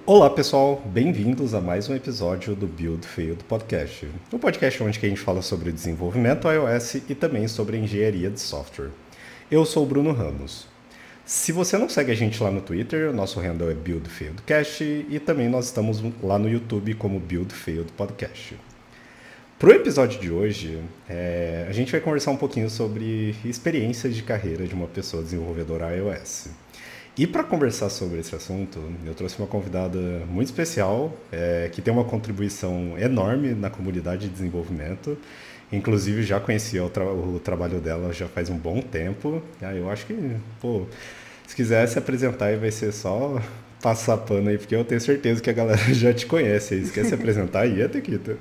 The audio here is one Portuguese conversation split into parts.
Olá pessoal, bem-vindos a mais um episódio do Build Failed Podcast. Um podcast onde a gente fala sobre desenvolvimento iOS e também sobre engenharia de software. Eu sou o Bruno Ramos. Se você não segue a gente lá no Twitter, nosso handle é Build Failed Cast e também nós estamos lá no YouTube como Build Failed Podcast. Para o episódio de hoje, a gente vai conversar um pouquinho sobre experiências de carreira de uma pessoa desenvolvedora iOS. E para conversar sobre esse assunto, eu trouxe uma convidada muito especial, que tem uma contribuição enorme na comunidade de desenvolvimento. Inclusive, já conhecia o trabalho dela já faz um bom tempo. Eu acho que, se quiser se apresentar, aí vai ser só passar pano aí, porque eu tenho certeza que a galera já te conhece. Aí, se quer se apresentar aí, Tequita.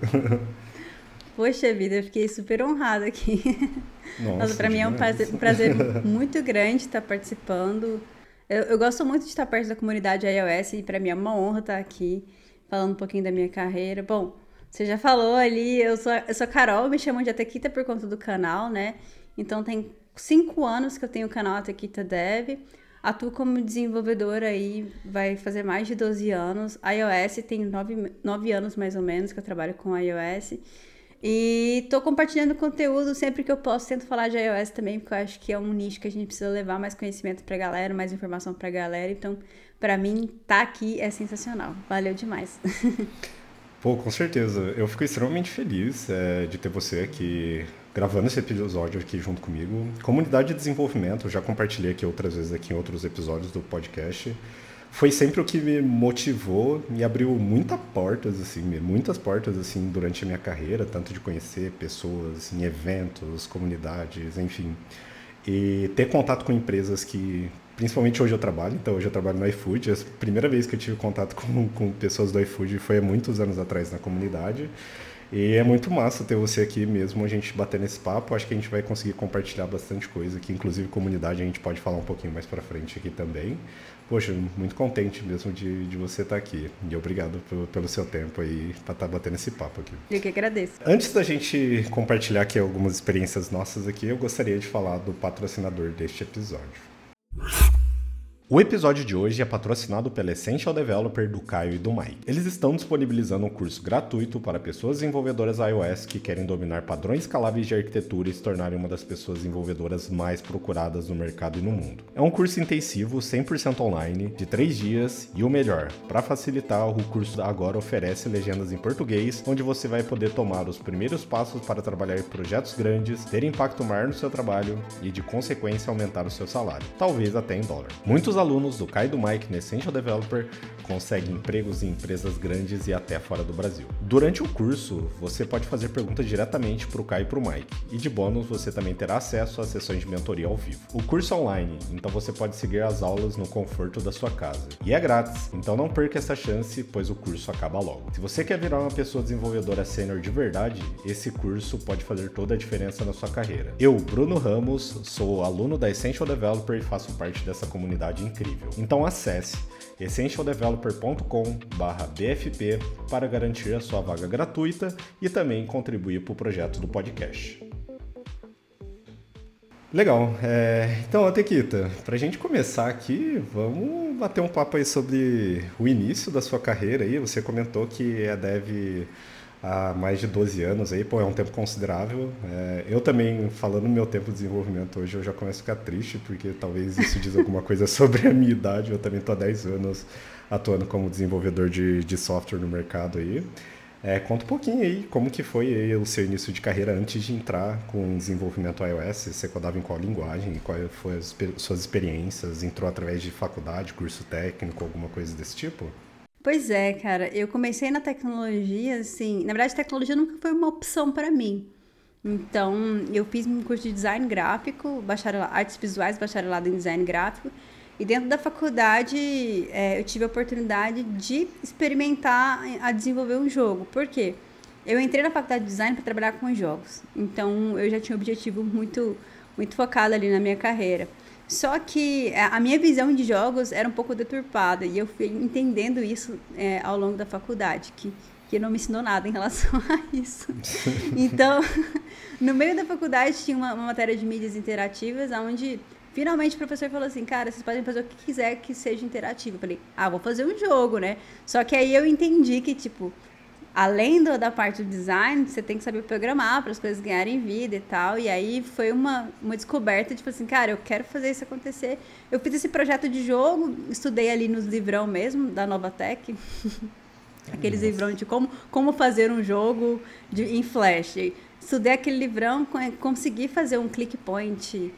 Poxa vida, eu fiquei super honrada aqui. Nossa, para mim é um prazer muito grande estar participando. Eu gosto muito de estar perto da comunidade iOS e para mim é uma honra estar aqui falando um pouquinho da minha carreira. Bom, você já falou ali, eu sou a Carol, me chamam de Atequita por conta do canal, né? Então tem 5 anos que eu tenho o canal Atequita Dev. Atuo como desenvolvedora aí, vai fazer mais de 12 anos. iOS tem 9 anos mais ou menos que eu trabalho com iOS. E tô compartilhando conteúdo sempre que eu posso, tento falar de iOS também, porque eu acho que é um nicho que a gente precisa levar mais conhecimento pra galera, mais informação pra galera. Então, pra mim, tá aqui é sensacional. Valeu demais. Com certeza. Eu fico extremamente feliz de ter você aqui gravando esse episódio aqui junto comigo. Comunidade de desenvolvimento, eu já compartilhei aqui outras vezes aqui em outros episódios do podcast. Foi sempre o que me motivou e abriu muitas portas assim, durante a minha carreira, tanto de conhecer pessoas em eventos, comunidades, enfim. E ter contato com empresas que, principalmente hoje hoje eu trabalho no iFood. A primeira vez que eu tive contato com pessoas do iFood foi há muitos anos atrás na comunidade. E é muito massa ter você aqui mesmo, a gente bater nesse papo. Acho que a gente vai conseguir compartilhar bastante coisa aqui, inclusive comunidade a gente pode falar um pouquinho mais pra frente aqui também. Poxa, muito contente mesmo de você estar aqui. E obrigado pelo seu tempo aí para estar batendo esse papo aqui. Eu que agradeço. Antes da gente compartilhar aqui algumas experiências nossas aqui, eu gostaria de falar do patrocinador deste episódio. O episódio de hoje é patrocinado pela Essential Developer do Caio e do Mike. Eles estão disponibilizando um curso gratuito para pessoas desenvolvedoras iOS que querem dominar padrões escaláveis de arquitetura e se tornarem uma das pessoas desenvolvedoras mais procuradas no mercado e no mundo. É um curso intensivo, 100% online, de 3 dias e o melhor, para facilitar, o curso agora oferece legendas em português, onde você vai poder tomar os primeiros passos para trabalhar em projetos grandes, ter impacto maior no seu trabalho e, de consequência, aumentar o seu salário, talvez até em dólar. Muitos alunos do Caio e do Mike no Essential Developer conseguem empregos em empresas grandes e até fora do Brasil. Durante o curso, você pode fazer perguntas diretamente para o Caio e para o Mike, e de bônus você também terá acesso a sessões de mentoria ao vivo. O curso é online, então você pode seguir as aulas no conforto da sua casa. E é grátis, então não perca essa chance, pois o curso acaba logo. Se você quer virar uma pessoa desenvolvedora sênior de verdade, esse curso pode fazer toda a diferença na sua carreira. Eu, Bruno Ramos, sou aluno da Essential Developer e faço parte dessa comunidade incrível. Então acesse essentialdeveloper.com/bfp para garantir a sua vaga gratuita e também contribuir para o projeto do podcast. Legal, então, Tequita, para a gente começar aqui, vamos bater um papo aí sobre o início da sua carreira aí. Você comentou que é dev há mais de 12 anos aí, é um tempo considerável. Eu também, falando no meu tempo de desenvolvimento hoje, eu já começo a ficar triste, porque talvez isso diz alguma coisa sobre a minha idade. Eu também estou há 10 anos atuando como desenvolvedor de software no mercado aí. Conta um pouquinho aí, como que foi aí o seu início de carreira antes de entrar com desenvolvimento iOS? Você codava em qual linguagem? Quais foram as suas experiências? Entrou através de faculdade, curso técnico, alguma coisa desse tipo? Pois é, cara, eu comecei na tecnologia, assim, na verdade, tecnologia nunca foi uma opção para mim. Então, eu fiz um curso de design gráfico, artes visuais, bacharelado em design gráfico, e dentro da faculdade eu tive a oportunidade de experimentar a desenvolver um jogo. Por quê? Eu entrei na faculdade de design para trabalhar com jogos, então eu já tinha um objetivo muito, muito focado ali na minha carreira. Só que a minha visão de jogos era um pouco deturpada e eu fui entendendo isso ao longo da faculdade, que não me ensinou nada em relação a isso. Então, no meio da faculdade tinha uma matéria de mídias interativas, onde finalmente o professor falou assim, cara, vocês podem fazer o que quiser que seja interativo. Eu falei, vou fazer um jogo, né? Só que aí eu entendi que, tipo, além da parte do design, você tem que saber programar para as coisas ganharem vida e tal. E aí foi uma descoberta, tipo assim, cara, eu quero fazer isso acontecer. Eu fiz esse projeto de jogo, estudei ali nos livrão mesmo, da Novatec. Aqueles livrão de como fazer um jogo em Flash. Estudei aquele livrão, consegui fazer um click point,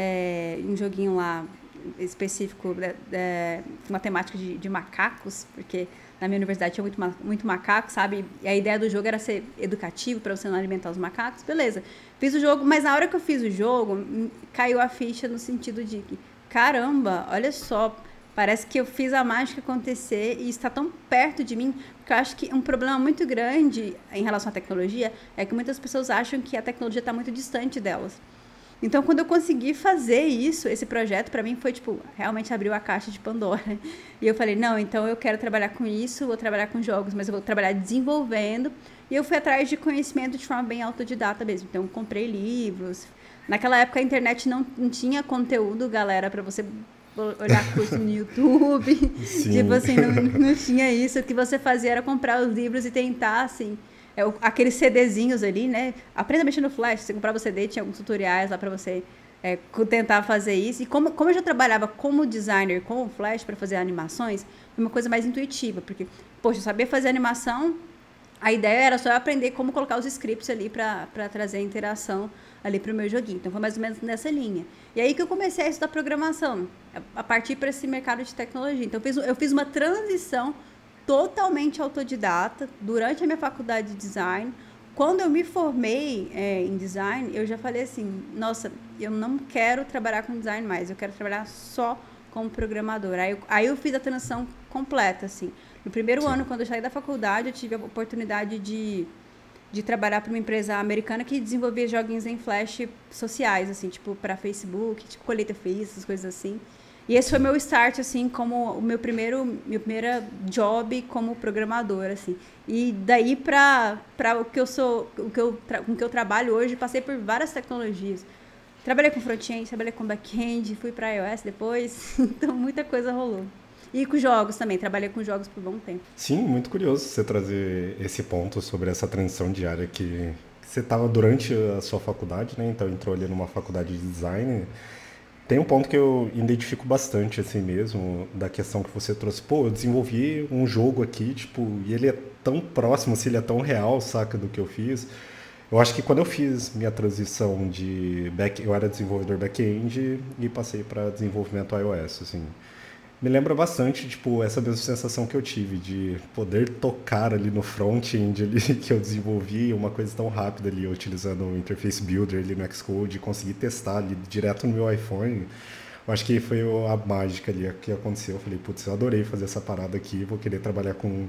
um joguinho lá específico, uma temática de macacos, porque na minha universidade tinha muito macaco, sabe? E a ideia do jogo era ser educativo para você não alimentar os macacos. Beleza, fiz o jogo, mas na hora que eu fiz o jogo, caiu a ficha no sentido de que, caramba, olha só, parece que eu fiz a mágica acontecer e está tão perto de mim, porque eu acho que um problema muito grande em relação à tecnologia é que muitas pessoas acham que a tecnologia está muito distante delas. Então, quando eu consegui fazer isso, esse projeto, para mim, foi, tipo, realmente abriu a caixa de Pandora. E eu falei, não, então eu quero trabalhar com isso, vou trabalhar com jogos, mas eu vou trabalhar desenvolvendo. E eu fui atrás de conhecimento de forma bem autodidata mesmo. Então, eu comprei livros. Naquela época, a internet não tinha conteúdo, galera, para você olhar curso no YouTube. Tipo assim, não tinha isso. O que você fazia era comprar os livros e tentar, assim... aqueles CDzinhos ali, né? Aprenda a mexer no Flash. Você comprava o CD, tinha alguns tutoriais lá pra você tentar fazer isso. E como eu já trabalhava como designer com o Flash para fazer animações, foi uma coisa mais intuitiva. Porque, poxa, eu sabia fazer animação, a ideia era só eu aprender como colocar os scripts ali pra trazer a interação ali pro meu joguinho. Então, foi mais ou menos nessa linha. E aí que eu comecei a estudar programação, a partir para esse mercado de tecnologia. Então, eu fiz uma transição totalmente autodidata durante a minha faculdade de design. Quando eu me formei em design, eu já falei assim, nossa, eu não quero trabalhar com design mais, eu quero trabalhar só como programador. Aí eu fiz a transição completa, assim. No primeiro ano, quando eu saí da faculdade, eu tive a oportunidade de trabalhar para uma empresa americana que desenvolvia joguinhos em Flash sociais, assim, tipo para Facebook, tipo Colheita Feliz, essas coisas assim. E esse foi meu start, assim, como o meu primeira job como programador, assim. E daí para o que eu sou, com o que eu trabalho hoje, passei por várias tecnologias. Trabalhei com front-end, trabalhei com back-end, fui para iOS depois, então muita coisa rolou. E com jogos também, trabalhei com jogos por um bom tempo. Sim, muito curioso você trazer esse ponto sobre essa transição de área que você estava durante a sua faculdade, né? Então entrou ali numa faculdade de design. Tem um ponto que eu identifico bastante, assim mesmo, da questão que você trouxe. Pô, eu desenvolvi um jogo aqui, tipo, e ele é tão próximo, assim, ele é tão real, saca, do que eu fiz. Eu acho que quando eu fiz minha transição de eu era desenvolvedor back-end e passei para desenvolvimento iOS, assim. Me lembra bastante, tipo, essa mesma sensação que eu tive de poder tocar ali no front-end ali que eu desenvolvi, uma coisa tão rápida ali, utilizando o Interface Builder ali no Xcode, e conseguir testar ali direto no meu iPhone. Eu acho que foi a mágica ali que aconteceu. Eu falei, putz, eu adorei fazer essa parada aqui, vou querer trabalhar com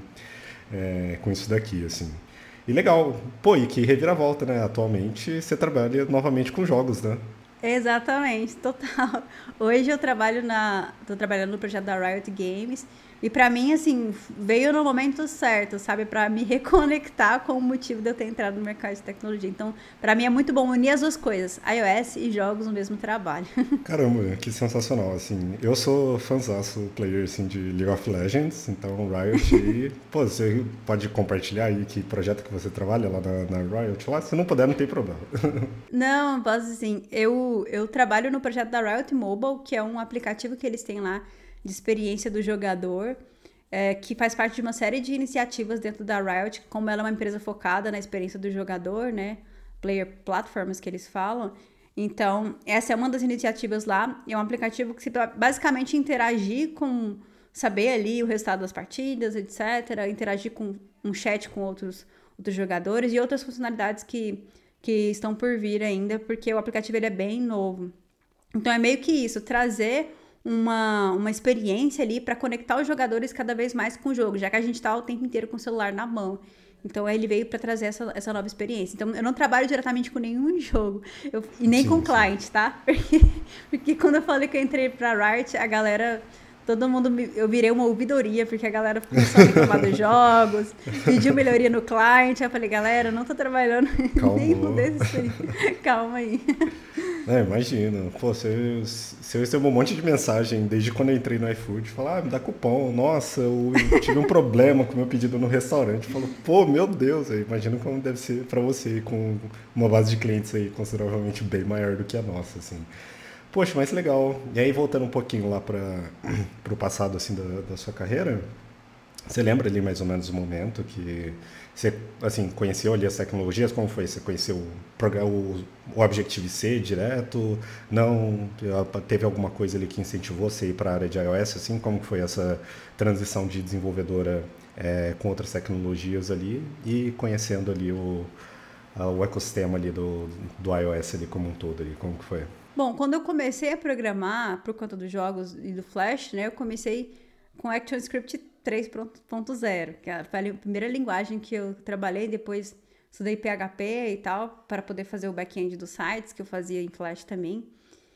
isso daqui, assim. E legal, pô, e que reviravolta, né? Atualmente você trabalha novamente com jogos, né? Exatamente, total. Hoje eu tô trabalhando no projeto da Riot Games e pra mim, assim, veio no momento certo, sabe? Pra me reconectar com o motivo de eu ter entrado no mercado de tecnologia. Então, pra mim é muito bom unir as duas coisas, iOS e jogos no mesmo trabalho. Caramba, que sensacional, assim. Eu sou fãzaço player, assim, de League of Legends, então Riot aí... Pô, você pode compartilhar aí que projeto que você trabalha lá na Riot lá? Se não puder, não tem problema. Não, posso sim. Eu trabalho no projeto da Riot Mobile, que é um aplicativo que eles têm lá de experiência do jogador, que faz parte de uma série de iniciativas dentro da Riot, como ela é uma empresa focada na experiência do jogador, né? Player Platforms, que eles falam. Então, essa é uma das iniciativas lá. É um aplicativo que se basicamente interagir com... Saber ali o resultado das partidas, etc. Interagir com um chat com outros jogadores e outras funcionalidades que estão por vir ainda, porque o aplicativo ele é bem novo. Então, é meio que isso, trazer uma experiência ali para conectar os jogadores cada vez mais com o jogo, já que a gente está o tempo inteiro com o celular na mão. Então, ele veio para trazer essa nova experiência. Então, eu não trabalho diretamente com nenhum jogo, e nem com cliente, tá? Porque quando eu falei que eu entrei para Riot, a galera... Todo mundo, eu virei uma ouvidoria, porque a galera começou a reclamar dos jogos, pediu melhoria no cliente. Eu falei, galera, eu não tô trabalhando nenhum desses aí. Calma aí. Imagina. Pô, se eu receber um monte de mensagem desde quando eu entrei no iFood, falar, me dá cupom, nossa, eu tive um problema com o meu pedido no restaurante. Eu falo, pô, meu Deus, imagina como deve ser pra você, com uma base de clientes aí consideravelmente bem maior do que a nossa, assim. Poxa, mas legal. E aí, voltando um pouquinho lá pro passado, assim, da sua carreira, você lembra ali mais ou menos o momento que você, assim, conheceu ali as tecnologias? Como foi? Você conheceu o Objective-C direto? Não? Teve alguma coisa ali que incentivou você a ir para a área de iOS? Assim, como foi essa transição de desenvolvedora com outras tecnologias ali e conhecendo ali o ecossistema ali do iOS ali como um todo? Ali, como que foi? Bom, quando eu comecei a programar por conta dos jogos e do Flash, né, eu comecei com ActionScript 3.0, que foi a primeira linguagem que eu trabalhei. Depois estudei PHP e tal, para poder fazer o back-end dos sites, que eu fazia em Flash também.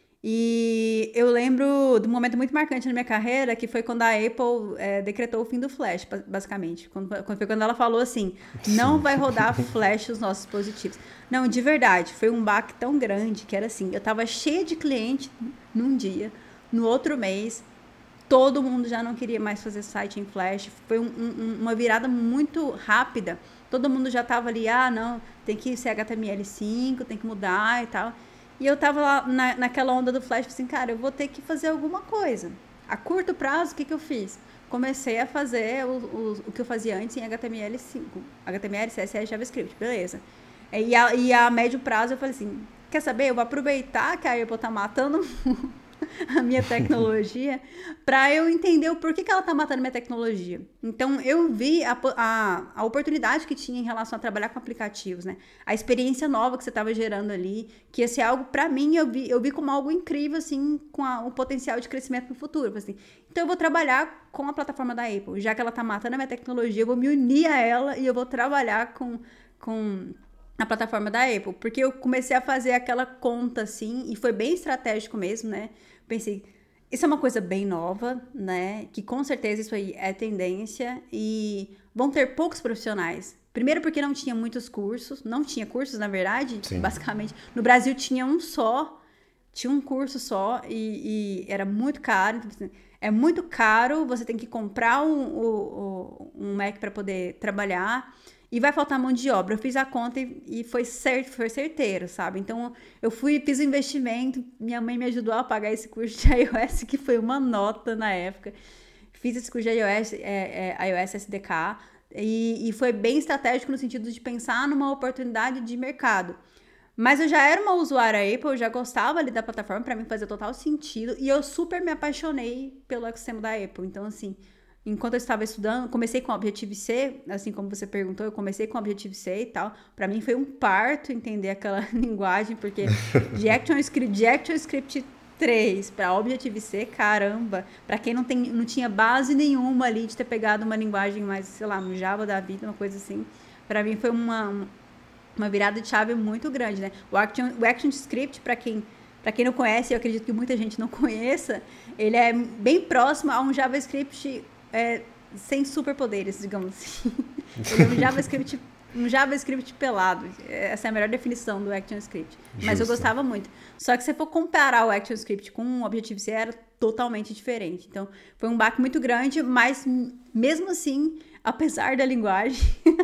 E eu lembro de um momento muito marcante na minha carreira, que foi quando a Apple decretou o fim do Flash, basicamente. Foi quando ela falou assim, não vai rodar Flash os nossos dispositivos. Não, de verdade, foi um baque tão grande que era assim, eu tava cheia de cliente num dia, no outro mês, todo mundo já não queria mais fazer site em Flash. Foi uma virada muito rápida. Todo mundo já tava ali, não, tem que ser HTML5, tem que mudar e tal. E eu tava lá naquela onda do Flash, assim, cara, eu vou ter que fazer alguma coisa. A curto prazo, o que eu fiz? Comecei a fazer o que eu fazia antes em HTML5. HTML, CSS, JavaScript, beleza. E a médio prazo eu falei assim, quer saber? Eu vou aproveitar que a Apple tá matando a minha tecnologia para eu entender o porquê que ela tá matando a minha tecnologia. Então, eu vi a oportunidade que tinha em relação a trabalhar com aplicativos, né? A experiência nova que você estava gerando ali, que esse é algo, para mim, eu vi como algo incrível, assim, com o potencial de crescimento no futuro. Assim. Então, eu vou trabalhar com a plataforma da Apple. Já que ela tá matando a minha tecnologia, eu vou me unir a ela e eu vou trabalhar com a plataforma da Apple. Porque eu comecei a fazer aquela conta, assim, e foi bem estratégico mesmo, né? Pensei, isso é uma coisa bem nova, né? Que com certeza isso aí é tendência e vão ter poucos profissionais. Primeiro porque não tinha muitos cursos, não tinha cursos, na verdade, Sim. Basicamente. No Brasil tinha um curso só e era muito caro. Então, assim, é muito caro, você tem que comprar um Mac para poder trabalhar. E vai faltar mão de obra. Eu fiz a conta e foi certeiro, sabe? Então, fiz o investimento, minha mãe me ajudou a pagar esse curso de iOS, que foi uma nota na época. Fiz esse curso de iOS SDK, e foi bem estratégico no sentido de pensar numa oportunidade de mercado. Mas eu já era uma usuária Apple, eu já gostava ali da plataforma, para mim fazia total sentido, e eu super me apaixonei pelo ecossistema da Apple. Então, assim, enquanto eu estava estudando, comecei com Objective-C, assim como você perguntou, eu comecei com Objective-C e tal. Para mim foi um parto entender aquela linguagem, porque de ActionScript 3 para Objective-C, caramba, para quem não tinha base nenhuma ali de ter pegado uma linguagem mais, sei lá, um Java da vida, uma coisa assim, para mim foi uma virada de chave muito grande, né? O ActionScript, para quem não conhece, eu acredito que muita gente não conheça, ele é bem próximo a um JavaScript sem superpoderes, digamos assim. Ele é um JavaScript pelado. Essa é a melhor definição do ActionScript. Mas eu gostava muito. Só que se for comparar o ActionScript com o Objective-C, era totalmente diferente. Então, foi um baque muito grande, mas mesmo assim, apesar da linguagem,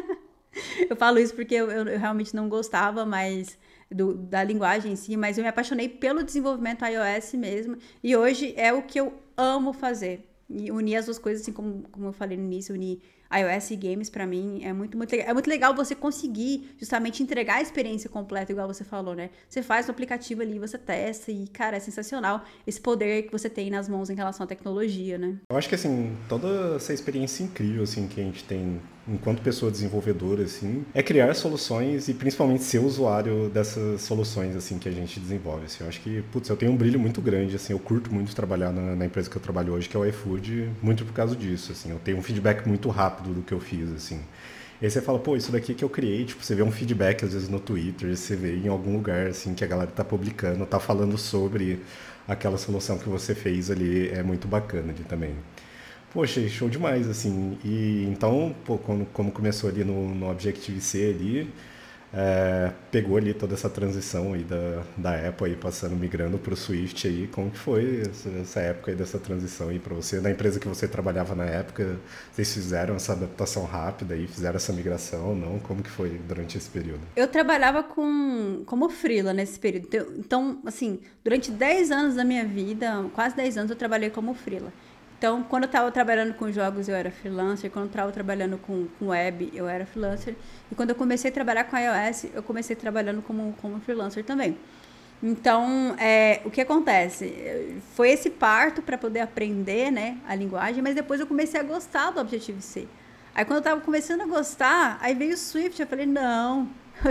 eu falo isso porque eu realmente não gostava mais da linguagem em si, mas eu me apaixonei pelo desenvolvimento iOS mesmo, e hoje é o que eu amo fazer. E unir as duas coisas, assim como eu falei no início, unir iOS e games, pra mim, é muito legal. É muito legal você conseguir justamente entregar a experiência completa, igual você falou, né? Você faz o aplicativo ali, você testa e, cara, é sensacional esse poder que você tem nas mãos em relação à tecnologia, né? Eu acho que, assim, toda essa experiência incrível, assim, que a gente tem enquanto pessoa desenvolvedora, assim, é criar soluções e principalmente ser usuário dessas soluções, assim, que a gente desenvolve, assim. Eu acho que, eu tenho um brilho muito grande, assim, eu curto muito trabalhar na empresa que eu trabalho hoje, que é o iFood, muito por causa disso, assim. Eu tenho um feedback muito rápido do que eu fiz, assim. E aí você fala, isso daqui que eu criei, você vê um feedback, às vezes, no Twitter, você vê em algum lugar, assim, que a galera tá publicando, tá falando sobre aquela solução que você fez ali, é muito bacana ali também. Poxa, show demais, assim. E então, como começou ali no Objective-C ali, pegou ali toda essa transição aí da Apple aí migrando para o Swift aí. Como que foi essa época aí dessa transição aí para você? Na empresa que você trabalhava na época, vocês fizeram essa adaptação rápida e fizeram essa migração, não? Como que foi durante esse período? Eu trabalhava como freela nesse período. Então, assim, durante 10 anos da minha vida, quase 10 anos, eu trabalhei como freela. Então, quando eu estava trabalhando com jogos, eu era freelancer. Quando eu estava trabalhando com web, eu era freelancer. E quando eu comecei a trabalhar com iOS, eu comecei trabalhando como freelancer também. Então, o que acontece? Foi esse parto para poder aprender, né, a linguagem, mas depois eu comecei a gostar do Objective-C. Aí, quando eu estava começando a gostar, aí veio o Swift. Eu falei, não...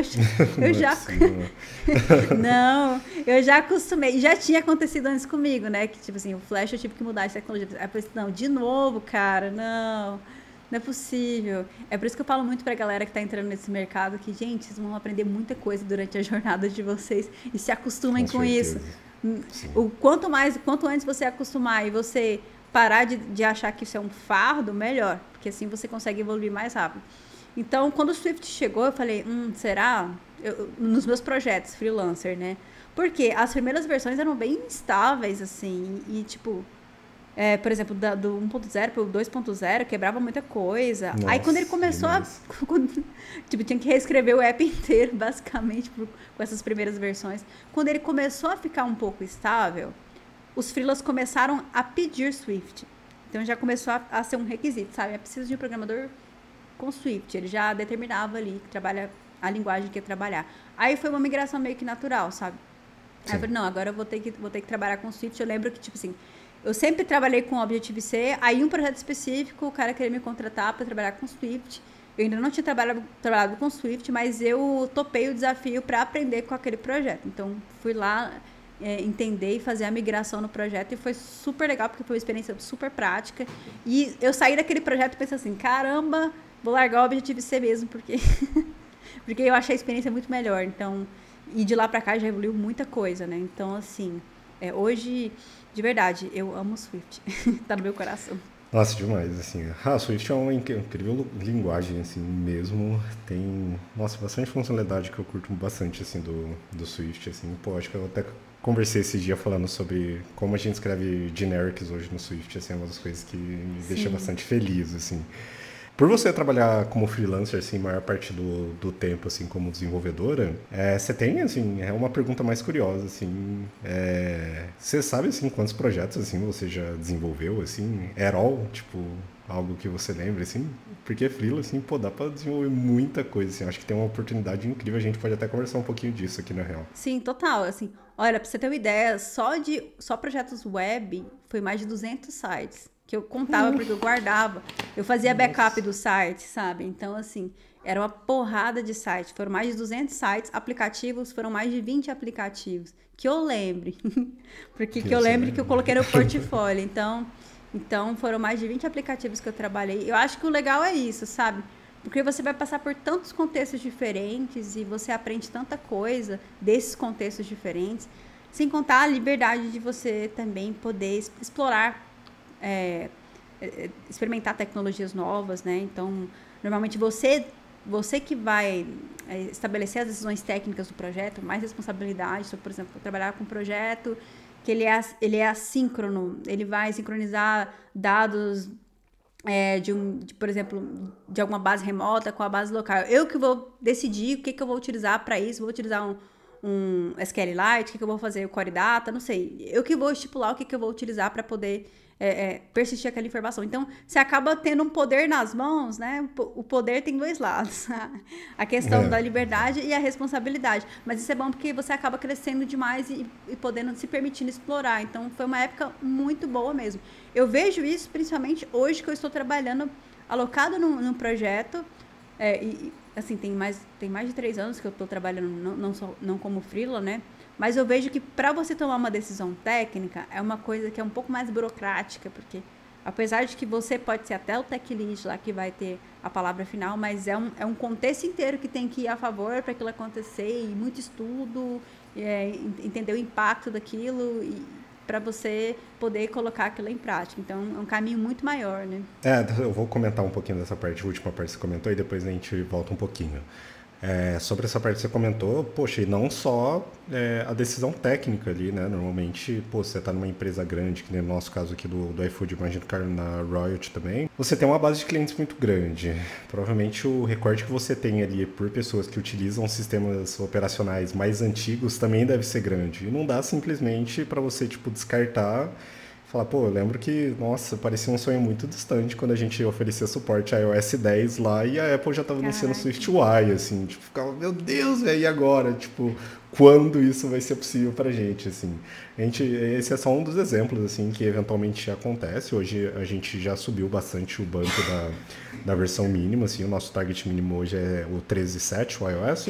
Não, eu já acostumei. Já tinha acontecido antes comigo, né? Que, tipo assim, o Flash eu tive que mudar de tecnologia. Aí eu falei, não, de novo, cara, não é possível. É por isso que eu falo muito pra galera que tá entrando nesse mercado que, gente, vocês vão aprender muita coisa durante a jornada de vocês e se acostumem com isso. Quanto antes você acostumar e você parar de achar que isso é um fardo, melhor. Porque assim você consegue evoluir mais rápido. Então, quando o Swift chegou, eu falei, será? Nos meus projetos freelancer, né? Porque as primeiras versões eram bem instáveis, assim, e tipo, por exemplo, do 1.0 pro 2.0, quebrava muita coisa. Nossa, aí quando ele começou tipo, tinha que reescrever o app inteiro, basicamente, com essas primeiras versões. Quando ele começou a ficar um pouco estável, os freelas começaram a pedir Swift. Então, já começou a ser um requisito, sabe? É preciso de um programador com Swift, ele já determinava ali que trabalha a linguagem que ia trabalhar. Aí foi uma migração meio que natural, sabe? Sim. Aí eu falei, não, agora eu vou ter que trabalhar com Swift. Eu lembro que, tipo assim, eu sempre trabalhei com Objective-C, aí um projeto específico, o cara queria me contratar para trabalhar com Swift. Eu ainda não tinha trabalhado com Swift, mas eu topei o desafio para aprender com aquele projeto. Então, fui lá entender e fazer a migração no projeto e foi super legal, porque foi uma experiência super prática. E eu saí daquele projeto pensando assim, caramba, vou largar o Objective-C mesmo, porque eu achei a experiência muito melhor. Então, e de lá pra cá já evoluiu muita coisa, né? Então, assim, hoje, de verdade, eu amo o Swift. Tá no meu coração. Nossa, demais, assim. A Swift é uma incrível linguagem, assim, mesmo. Tem, nossa, bastante funcionalidade que eu curto bastante, assim, do Swift, assim. Pô, acho que eu até conversei esse dia falando sobre como a gente escreve generics hoje no Swift, assim, é uma das coisas que me deixa bastante feliz, assim. Por você trabalhar como freelancer, assim, a maior parte do tempo, assim, como desenvolvedora, você tem, assim, é uma pergunta mais curiosa, assim, você sabe, assim, quantos projetos, assim, você já desenvolveu, assim, at all, tipo, algo que você lembre, assim? Porque freela, assim, pô, dá pra desenvolver muita coisa, assim, acho que tem uma oportunidade incrível, a gente pode até conversar um pouquinho disso aqui, na real. Sim, total, assim, olha, pra você ter uma ideia, só projetos web foi mais de 200 sites. Que eu contava porque eu guardava. Eu fazia backup do site, sabe? Então, assim, era uma porrada de sites. Foram mais de 200 sites. Aplicativos, foram mais de 20 aplicativos. Que eu lembre. Porque que eu lembre que eu coloquei no portfólio. Então, foram mais de 20 aplicativos que eu trabalhei. Eu acho que o legal é isso, sabe? Porque você vai passar por tantos contextos diferentes e você aprende tanta coisa desses contextos diferentes. Sem contar a liberdade de você também poder explorar experimentar tecnologias novas, né? Então, normalmente você que vai estabelecer as decisões técnicas do projeto, mais responsabilidade. Então, por exemplo, vou trabalhar com um projeto que ele é assíncrono, ele vai sincronizar dados por exemplo, de alguma base remota com a base local. Eu que vou decidir o que eu vou utilizar para isso, vou utilizar um SQLite, o que eu vou fazer, o Core Data, não sei. Eu que vou estipular o que eu vou utilizar para poder persistir aquela informação. Então, você acaba tendo um poder nas mãos, né? O poder tem dois lados. A questão da liberdade e a responsabilidade. Mas isso é bom porque você acaba crescendo demais e podendo se permitindo explorar. Então, foi uma época muito boa mesmo. Eu vejo isso principalmente hoje que eu estou trabalhando alocado num projeto. Assim, tem mais de 3 anos que eu estou trabalhando não como freela, né? Mas eu vejo que para você tomar uma decisão técnica é uma coisa que é um pouco mais burocrática, porque apesar de que você pode ser até o tech lead lá que vai ter a palavra final, mas é um contexto inteiro que tem que ir a favor para aquilo acontecer, e muito estudo, entender o impacto daquilo e para você poder colocar aquilo em prática. Então, é um caminho muito maior, né? Eu vou comentar um pouquinho dessa parte, a última parte que você comentou, e depois a gente volta um pouquinho. Sobre essa parte que você comentou, poxa, e não só a decisão técnica ali, né? Normalmente, pô, você está numa empresa grande, que nem no nosso caso aqui do iFood, imagino que na Royalty também, você tem uma base de clientes muito grande. Provavelmente o recorte que você tem ali por pessoas que utilizam sistemas operacionais mais antigos também deve ser grande. E não dá simplesmente para você, tipo, descartar. Falar, pô, eu lembro que, nossa, parecia um sonho muito distante quando a gente oferecia suporte a iOS 10 lá e a Apple já tava anunciando Caraca. SwiftUI, assim, tipo, ficava, meu Deus, velho, e agora? Tipo, quando isso vai ser possível pra gente, assim? Esse é só um dos exemplos, assim, que eventualmente acontece. Hoje a gente já subiu bastante o banco da versão mínima, assim, o nosso target mínimo hoje é o 13.7, o iOS.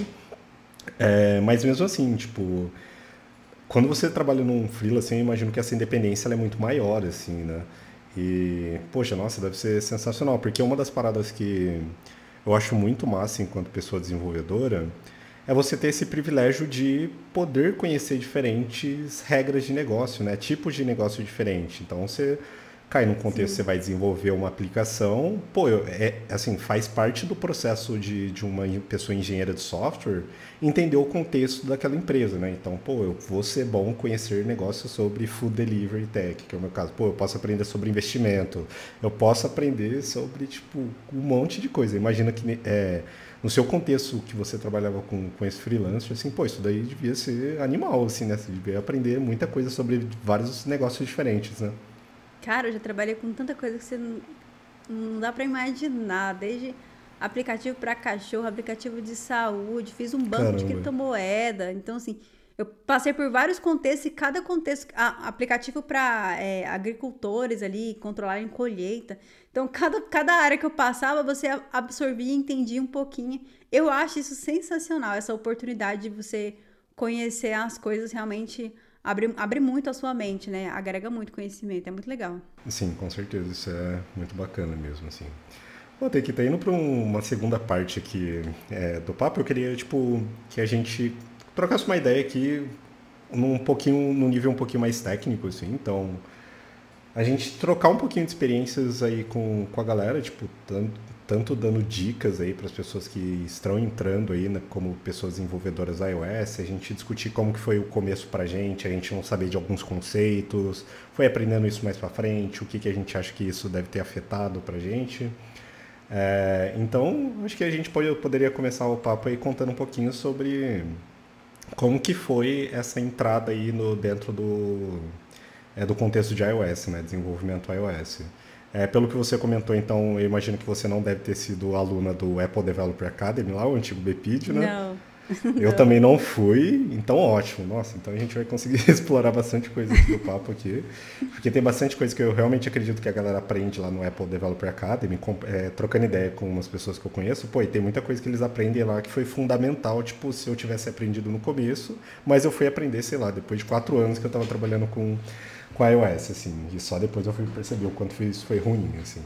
Mas mesmo assim, tipo, quando você trabalha num freela, assim, eu imagino que essa independência ela é muito maior, assim, né? E, poxa, nossa, deve ser sensacional, porque uma das paradas que eu acho muito massa enquanto pessoa desenvolvedora é você ter esse privilégio de poder conhecer diferentes regras de negócio, né? Tipos de negócio diferente. Então, você cai num contexto, você Sim. vai desenvolver uma aplicação, pô, assim, faz parte do processo de uma pessoa engenheira de software entender o contexto daquela empresa, né? Então, pô, eu vou ser bom conhecer negócios sobre food delivery tech, que é o meu caso. Pô, eu posso aprender sobre investimento, eu posso aprender sobre, tipo, um monte de coisa. Imagina que no seu contexto que você trabalhava com esse freelancer, assim, pô, isso daí devia ser animal, assim, né? Você devia aprender muita coisa sobre vários negócios diferentes, né? Cara, eu já trabalhei com tanta coisa que você não dá pra imaginar. Desde aplicativo pra cachorro, aplicativo de saúde, fiz um banco de Caramba. criptomoeda. Então, assim, eu passei por vários contextos e cada contexto, aplicativo para agricultores ali, controlarem colheita. Então, cada área que eu passava, você absorvia e entendia um pouquinho. Eu acho isso sensacional, essa oportunidade de você conhecer as coisas realmente abre muito a sua mente, né? Agrega muito conhecimento, é muito legal. Sim, com certeza, isso é muito bacana mesmo, assim. Bom, tem que estar indo para uma segunda parte aqui do papo. Eu queria, tipo, que a gente trocasse uma ideia aqui num nível um pouquinho mais técnico, assim. Então, a gente trocar um pouquinho de experiências aí com a galera, tipo, tanto dando dicas aí para as pessoas que estão entrando aí, né, como pessoas desenvolvedoras iOS, a gente discutir como que foi o começo pra gente, a gente não saber de alguns conceitos, foi aprendendo isso mais para frente, o que que a gente acha que isso deve ter afetado pra gente. Então, acho que a gente poderia começar o papo aí contando um pouquinho sobre como que foi essa entrada aí dentro do contexto de iOS, né? Desenvolvimento iOS. Pelo que você comentou, então, eu imagino que você não deve ter sido aluna do Apple Developer Academy, lá, o antigo BPID, né? Não, Eu não. também não fui, então ótimo. Nossa, então a gente vai conseguir explorar bastante coisa aqui do papo aqui. Porque tem bastante coisa que eu realmente acredito que a galera aprende lá no Apple Developer Academy, trocando ideia com umas pessoas que eu conheço. Pô, e tem muita coisa que eles aprendem lá que foi fundamental, tipo, se eu tivesse aprendido no começo, mas eu fui aprender, sei lá, depois de 4 anos que eu tava trabalhando com iOS, assim. E só depois eu fui perceber o quanto isso foi ruim, assim.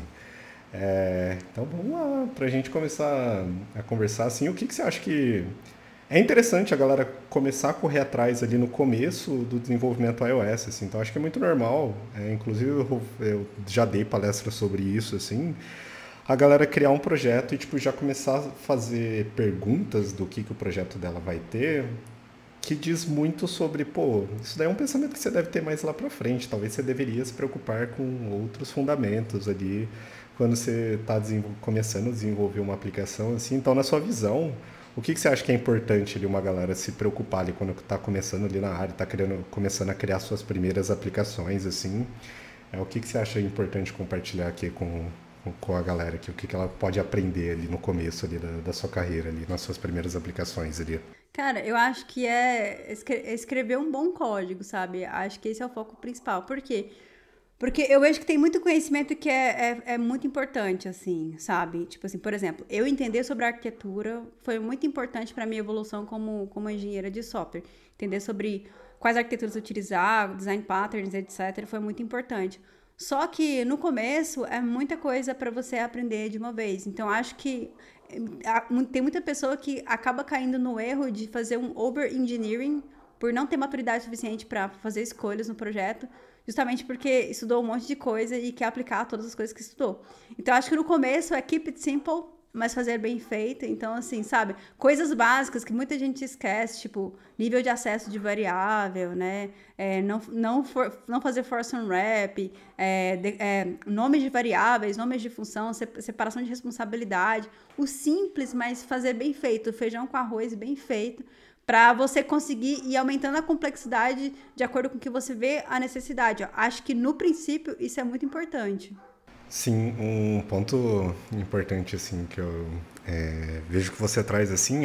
Então vamos lá, pra gente começar a conversar, assim, o que você acha que é interessante a galera começar a correr atrás ali no começo do desenvolvimento iOS, assim. Então acho que é muito normal. Inclusive eu já dei palestra sobre isso, assim. A galera criar um projeto e tipo já começar a fazer perguntas do que o projeto dela vai ter, que diz muito sobre, pô, isso daí é um pensamento que você deve ter mais lá pra frente. Talvez você deveria se preocupar com outros fundamentos ali quando você está começando a desenvolver uma aplicação assim. Então, na sua visão, o que você acha que é importante ali uma galera se preocupar ali quando está começando ali na área, está começando a criar suas primeiras aplicações assim? O que você acha importante compartilhar aqui com a galera aqui? O que ela pode aprender ali no começo ali da sua carreira ali, nas suas primeiras aplicações ali? Cara, eu acho que é escrever um bom código, sabe? Acho que esse é o foco principal. Por quê? Porque eu vejo que tem muito conhecimento que é muito importante, assim, sabe? Tipo assim, por exemplo, eu entender sobre arquitetura foi muito importante para minha evolução como engenheira de software. Entender sobre quais arquiteturas utilizar, design patterns, etc., foi muito importante. Só que no começo é muita coisa para você aprender de uma vez. Então, acho que tem muita pessoa que acaba caindo no erro de fazer um over-engineering por não ter maturidade suficiente para fazer escolhas no projeto, justamente porque estudou um monte de coisa e quer aplicar todas as coisas que estudou. Então, acho que no começo é keep it simple, mas fazer bem feito. Então, assim, sabe? Coisas básicas que muita gente esquece, tipo, nível de acesso de variável, né? Não fazer force unwrap, nomes de variáveis, nomes de função, separação de responsabilidade. O simples, mas fazer bem feito. Feijão com arroz bem feito. Para você conseguir ir aumentando a complexidade de acordo com o que você vê a necessidade. Ó. Acho que, no princípio, isso é muito importante. Sim, um ponto importante, assim, que eu vejo que você traz, assim,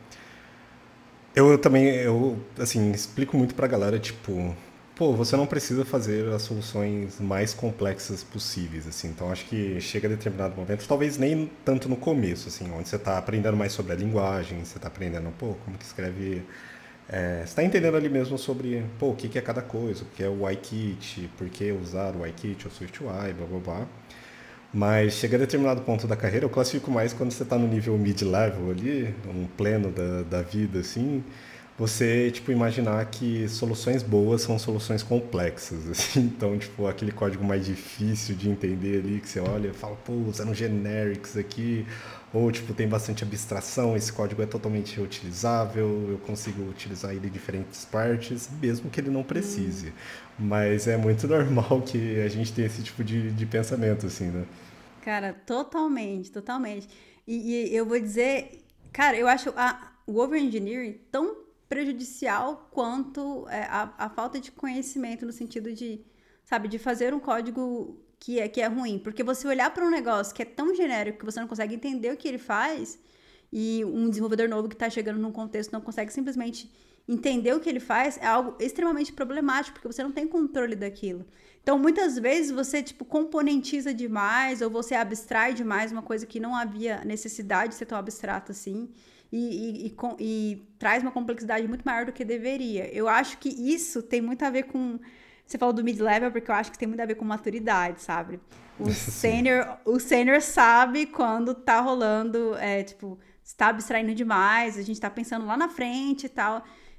eu assim, explico muito pra galera, tipo, pô, você não precisa fazer as soluções mais complexas possíveis, assim. Então, acho que chega a determinado momento, talvez nem tanto no começo, assim, onde você tá aprendendo mais sobre a linguagem, você tá aprendendo, pô, como que escreve... você está entendendo ali mesmo sobre, pô, o que é cada coisa, o que é o UIKit, por que usar o UIKit ou SwiftUI, blá, blá, blá. Mas chega a determinado ponto da carreira, eu classifico mais quando você está no nível mid-level ali, um pleno da vida, assim, você, tipo, imaginar que soluções boas são soluções complexas, assim. Então, tipo, aquele código mais difícil de entender ali, que você olha e fala, pô, usando generics aqui, ou, tipo, tem bastante abstração, esse código é totalmente reutilizável, eu consigo utilizar ele em diferentes partes, mesmo que ele não precise. Mas é muito normal que a gente tenha esse tipo de pensamento, assim, né? Cara, totalmente, totalmente. E eu vou dizer, cara, eu acho o overengineering tão prejudicial quanto a falta de conhecimento no sentido de, sabe, de fazer um código que é ruim. Porque você olhar para um negócio que é tão genérico que você não consegue entender o que ele faz, e um desenvolvedor novo que está chegando num contexto não consegue simplesmente entender o que ele faz, é algo extremamente problemático, porque você não tem controle daquilo. Então, muitas vezes, você, tipo, componentiza demais, ou você abstrai demais uma coisa que não havia necessidade de ser tão abstrata assim, e traz uma complexidade muito maior do que deveria. Eu acho que isso tem muito a ver com... Você falou do mid-level, porque eu acho que tem muito a ver com maturidade, sabe? O sênior sabe quando tá rolando, tipo, está abstraindo demais, a gente tá pensando lá na frente e tal.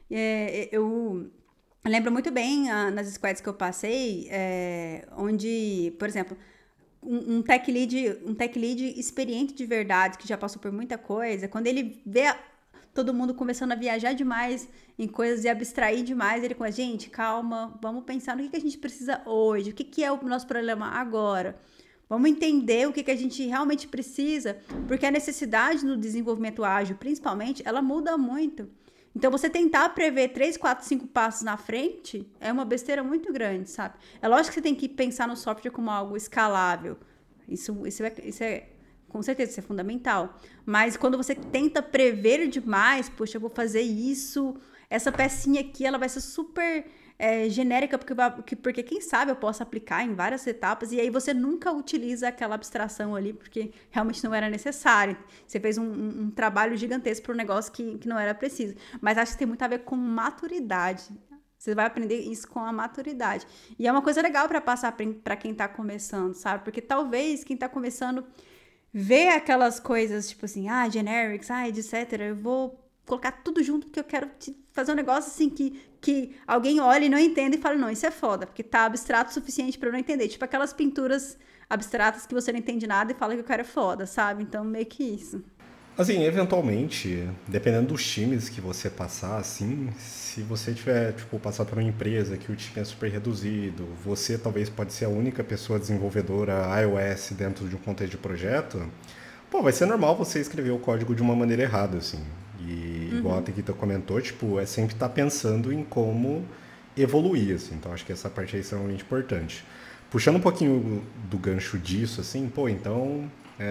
Eu lembro muito bem nas squads que eu passei, onde, por exemplo, um tech lead experiente de verdade, que já passou por muita coisa, quando ele vê todo mundo começando a viajar demais em coisas e abstrair demais, ele com gente, calma, vamos pensar no que a gente precisa hoje, o que é o nosso problema agora. Vamos entender o que a gente realmente precisa, porque a necessidade no desenvolvimento ágil, principalmente, ela muda muito. Então, você tentar prever 3, 4, 5 passos na frente é uma besteira muito grande, sabe? É lógico que você tem que pensar no software como algo escalável. Isso é com certeza, isso é fundamental. Mas quando você tenta prever demais, poxa, eu vou fazer isso, essa pecinha aqui, ela vai ser super genérica, porque quem sabe eu posso aplicar em várias etapas, e aí você nunca utiliza aquela abstração ali, porque realmente não era necessário. Você fez um trabalho gigantesco para um negócio que não era preciso. Mas acho que tem muito a ver com maturidade. Você vai aprender isso com a maturidade. E é uma coisa legal para passar para quem está começando, sabe? Porque talvez quem está começando vê aquelas coisas, tipo assim, generics, etc. Eu vou colocar tudo junto porque eu quero fazer um negócio assim que alguém olhe e não entenda e fale, não, isso é foda, porque tá abstrato o suficiente para eu não entender. Tipo aquelas pinturas abstratas que você não entende nada e fala que o cara é foda, sabe? Então, meio que isso. Assim, eventualmente, dependendo dos times que você passar, assim, se você tiver, tipo, passar por uma empresa que o time é super reduzido, você talvez pode ser a única pessoa desenvolvedora iOS dentro de um contexto de projeto, pô, vai ser normal você escrever o código de uma maneira errada, assim. E igual a Tequita comentou, tipo, é sempre estar pensando em como evoluir, assim. Então, acho que essa parte é extremamente importante. Puxando um pouquinho do gancho disso, assim, pô, então...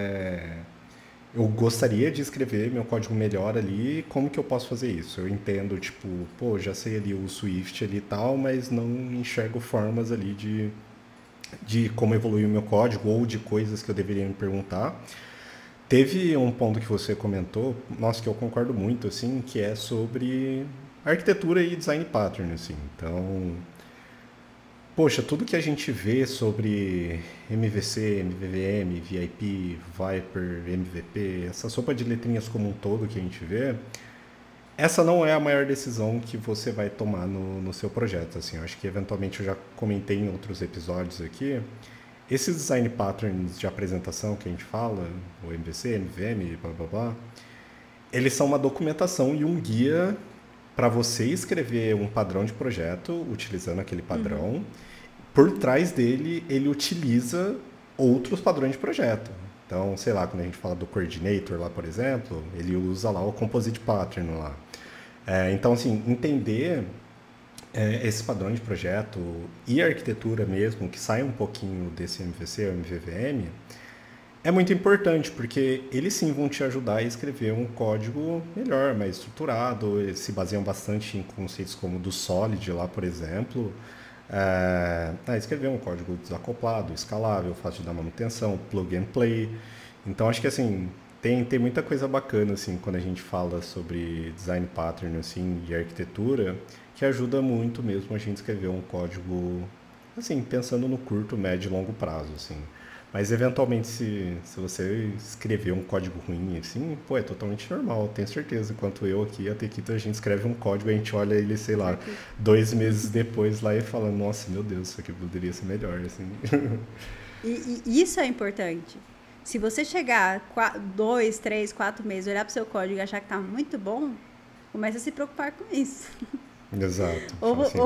eu gostaria de escrever meu código melhor ali, como que eu posso fazer isso? Eu entendo, tipo, pô, já sei ali o Swift ali e tal, mas não enxergo formas ali de como evoluir o meu código ou de coisas que eu deveria me perguntar. Teve um ponto que você comentou, nossa, que eu concordo muito, assim, que é sobre arquitetura e design pattern, assim. Então, poxa, tudo que a gente vê sobre MVC, MVVM, VIP, Viper, MVP, essa sopa de letrinhas como um todo que a gente vê, essa não é a maior decisão que você vai tomar no seu projeto. Assim, eu acho que eventualmente eu já comentei em outros episódios aqui, Esses design patterns de apresentação que a gente fala, o MVC, MVM, blá blá blá, eles são uma documentação e um guia para você escrever um padrão de projeto utilizando aquele padrão. Por trás dele, ele utiliza outros padrões de projeto. Então, sei lá, quando a gente fala do coordinator lá, por exemplo, ele usa lá o composite pattern lá. Então, assim, entender esse padrão de projeto e a arquitetura mesmo, que sai um pouquinho desse MVC ou MVVM, é muito importante, porque eles sim vão te ajudar a escrever um código melhor, mais estruturado. Eles se baseiam bastante em conceitos como do Solid lá, por exemplo. Escrever um código desacoplado, escalável, fácil de dar manutenção, plug and play. Então, acho que assim, tem muita coisa bacana assim, quando a gente fala sobre design pattern assim, e arquitetura, que ajuda muito mesmo a gente escrever um código assim, pensando no curto, médio e longo prazo. Assim. Mas, eventualmente, se você escrever um código ruim, assim, pô, é totalmente normal. Tenho certeza, enquanto eu aqui, a Tequita, a gente escreve um código, a gente olha ele, sei lá, 2 meses depois lá e fala, nossa, meu Deus, isso aqui poderia ser melhor, assim. E isso é importante. Se você chegar 2, 3, 4 meses, olhar para o seu código e achar que está muito bom, comece a se preocupar com isso. Exato.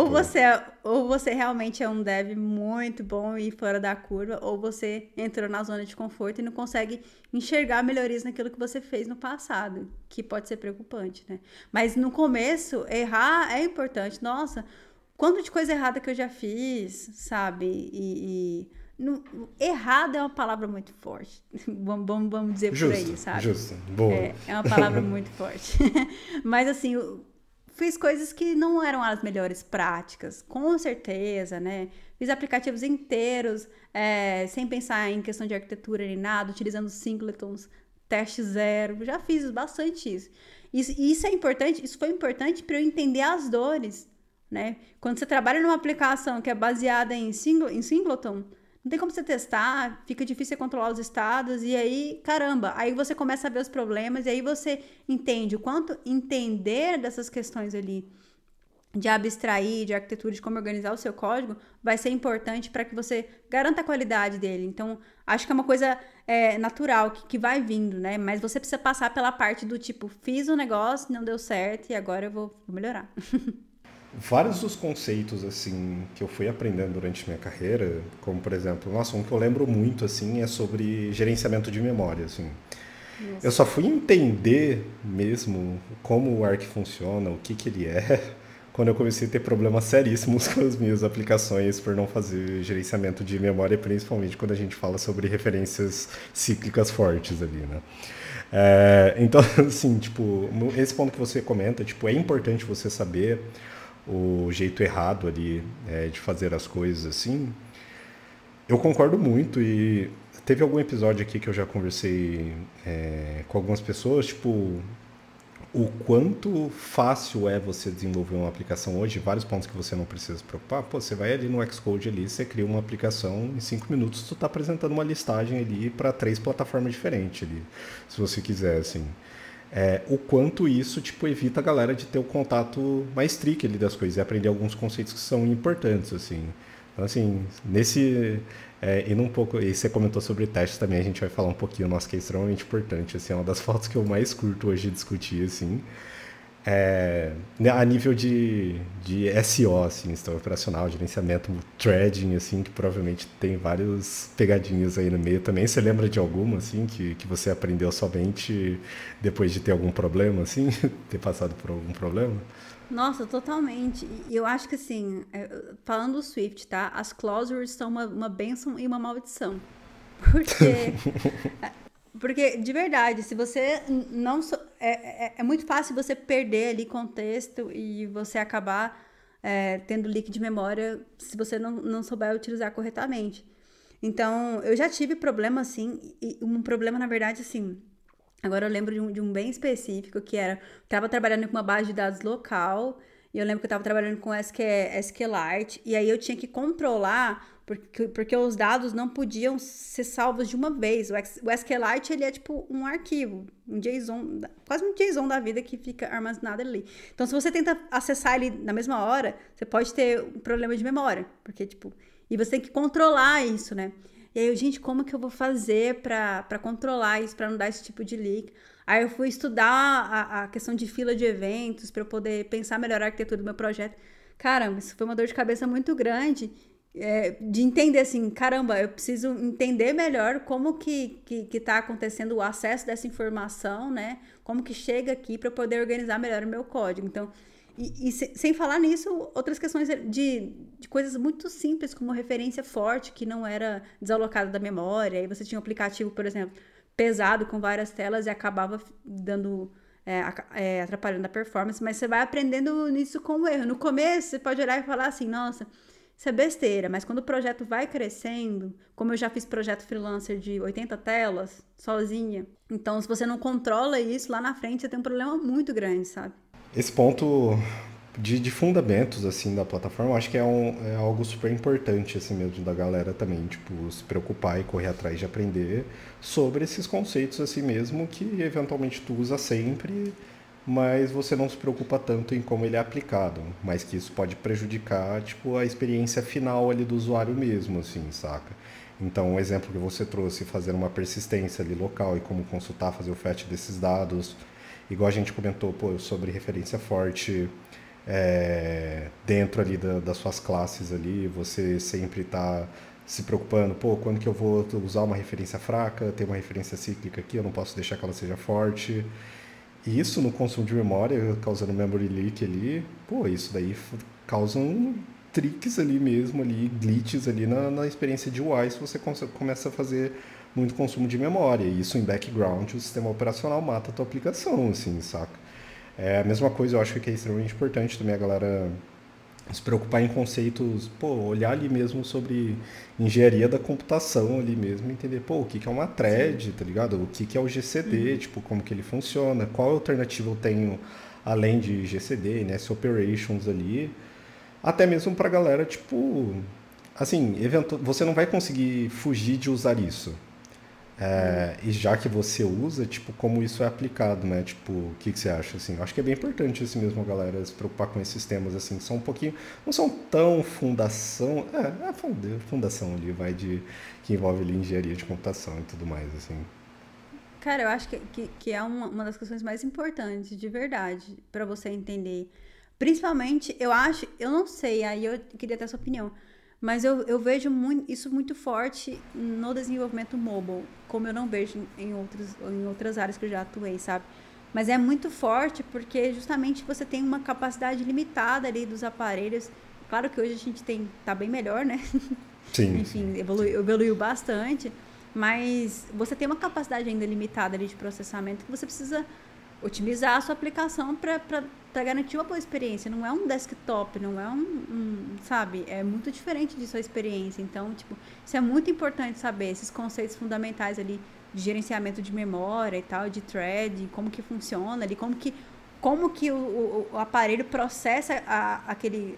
Ou você realmente é um dev muito bom e fora da curva, ou você entrou na zona de conforto e não consegue enxergar melhorias naquilo que você fez no passado, que pode ser preocupante, né? Mas no começo, errar é importante. Nossa, quanto de coisa errada que eu já fiz, sabe? Errado é uma palavra muito forte. Vamos dizer por aí, sabe? Justo, boa. É uma palavra muito forte. Mas assim, fiz coisas que não eram as melhores práticas, com certeza, né? Fiz aplicativos inteiros, sem pensar em questão de arquitetura nem nada, utilizando singletons, teste zero, já fiz bastante isso. Isso é importante, isso foi importante para eu entender as dores, né? Quando você trabalha numa aplicação que é baseada em singleton, não tem como você testar, fica difícil você controlar os estados, e aí, caramba, aí você começa a ver os problemas, e aí você entende o quanto entender dessas questões ali, de abstrair, de arquitetura, de como organizar o seu código, vai ser importante para que você garanta a qualidade dele. Então, acho que é uma coisa natural, que vai vindo, né? Mas você precisa passar pela parte do tipo, fiz um negócio, não deu certo, e agora eu vou melhorar. Vários dos conceitos assim que eu fui aprendendo durante minha carreira, como por exemplo, um que eu lembro muito assim é sobre gerenciamento de memória, assim. Nossa. Eu só fui entender mesmo como o Arc funciona, o que ele é, quando eu comecei a ter problemas seríssimos com as minhas aplicações por não fazer gerenciamento de memória, principalmente quando a gente fala sobre referências cíclicas fortes ali, né? Então, assim, tipo, esse ponto que você comenta, tipo, é importante você saber o jeito errado ali de fazer as coisas assim. Eu concordo muito e teve algum episódio aqui que eu já conversei com algumas pessoas, tipo, o quanto fácil é você desenvolver uma aplicação hoje, vários pontos que você não precisa se preocupar. Pô, você vai ali no Xcode ali, você cria uma aplicação, em 5 minutos tu tá apresentando uma listagem ali para 3 plataformas diferentes ali, se você quiser, assim. O quanto isso tipo, evita a galera de ter o contato mais tricky ali das coisas e aprender alguns conceitos que são importantes, assim. Então, assim, indo um pouco, e você comentou sobre testes também, a gente vai falar um pouquinho, nossa, que é extremamente importante, assim, é uma das fotos que eu mais curto hoje discutir, assim. A nível de SEO, assim, sistema operacional, gerenciamento, threading, assim, que provavelmente tem várias pegadinhas aí no meio também. Você lembra de alguma, assim, que você aprendeu somente depois de ter algum problema, assim? Ter passado por algum problema? Nossa, totalmente. E eu acho que, assim, falando do Swift, tá? As clauses são uma bênção e uma maldição. Porque, de verdade, se você não... É muito fácil você perder ali contexto e você acabar tendo leak de memória se você não souber utilizar corretamente. Então, eu já tive problema, assim, e um problema, na verdade, assim... Agora eu lembro de um bem específico, que era... Eu estava trabalhando com uma base de dados local, e eu lembro que eu estava trabalhando com SQLite, e aí eu tinha que controlar... Porque os dados não podiam ser salvos de uma vez. O SQLite, ele é tipo um arquivo, um JSON, quase um JSON da vida que fica armazenado ali. Então, se você tenta acessar ele na mesma hora, você pode ter um problema de memória. Porque, tipo... E você tem que controlar isso, né? E aí eu, gente, como que eu vou fazer para controlar isso, para não dar esse tipo de leak? Aí eu fui estudar a questão de fila de eventos para eu poder pensar melhor a arquitetura do meu projeto. Caramba, isso foi uma dor de cabeça muito grande, de entender assim, caramba, eu preciso entender melhor como que tá acontecendo o acesso dessa informação, né? Como que chega aqui para eu poder organizar melhor o meu código. Então, sem falar nisso, outras questões de coisas muito simples, como referência forte, que não era desalocada da memória. Aí você tinha um aplicativo, por exemplo, pesado, com várias telas, e acabava dando... atrapalhando a performance, mas você vai aprendendo nisso com o erro. No começo, você pode olhar e falar assim, nossa, isso é besteira, mas quando o projeto vai crescendo, como eu já fiz projeto freelancer de 80 telas, sozinha, então se você não controla isso, lá na frente você tem um problema muito grande, sabe? Esse ponto de fundamentos, assim, da plataforma, eu acho que é algo super importante, assim, mesmo, da galera também, tipo, se preocupar e correr atrás de aprender sobre esses conceitos, assim mesmo, que eventualmente tu usa sempre, mas você não se preocupa tanto em como ele é aplicado, mas que isso pode prejudicar, tipo, a experiência final ali do usuário mesmo, assim, saca? Então, um exemplo que você trouxe, fazer uma persistência ali local e como consultar, fazer o fetch desses dados, igual a gente comentou, pô, sobre referência forte, dentro ali das suas classes ali, você sempre está se preocupando, pô, quando que eu vou usar uma referência fraca, ter uma referência cíclica aqui, eu não posso deixar que ela seja forte. E isso no consumo de memória, causando memory leak ali, pô, isso daí causa tricks ali mesmo, ali, glitches ali na experiência de UI, se você começa a fazer muito consumo de memória. E isso em background, o sistema operacional mata a tua aplicação, assim, saca? É a mesma coisa, eu acho que é extremamente importante também a galera se preocupar em conceitos, pô, olhar ali mesmo sobre engenharia da computação ali mesmo, entender, pô, o que é uma thread, tá ligado? O que é o GCD, tipo, como que ele funciona, qual alternativa eu tenho além de GCD, NS Operations ali, até mesmo pra galera, tipo, assim, você não vai conseguir fugir de usar isso. E já que você usa, tipo, como isso é aplicado, né? Tipo, o que você acha, assim? Eu acho que é bem importante assim mesmo a galera se preocupar com esses temas, assim, que são um pouquinho... Não são tão fundação... fundação ali, que envolve ali engenharia de computação e tudo mais, assim. Cara, eu acho que é uma das questões mais importantes, de verdade, para você entender. Principalmente, eu não sei, aí eu queria ter a sua opinião, mas eu vejo isso muito forte no desenvolvimento mobile, como eu não vejo em outras áreas que eu já atuei, sabe? Mas é muito forte porque justamente você tem uma capacidade limitada ali dos aparelhos. Claro que hoje a gente tá bem melhor, né? Sim. Enfim, evoluiu bastante, mas você tem uma capacidade ainda limitada ali de processamento que você precisa otimizar a sua aplicação para garantir uma boa experiência. Não é um desktop, não é sabe? É muito diferente de sua experiência. Então, tipo, isso é muito importante saber, esses conceitos fundamentais ali de gerenciamento de memória e tal, de thread, como que funciona ali, como que o aparelho processa aquilo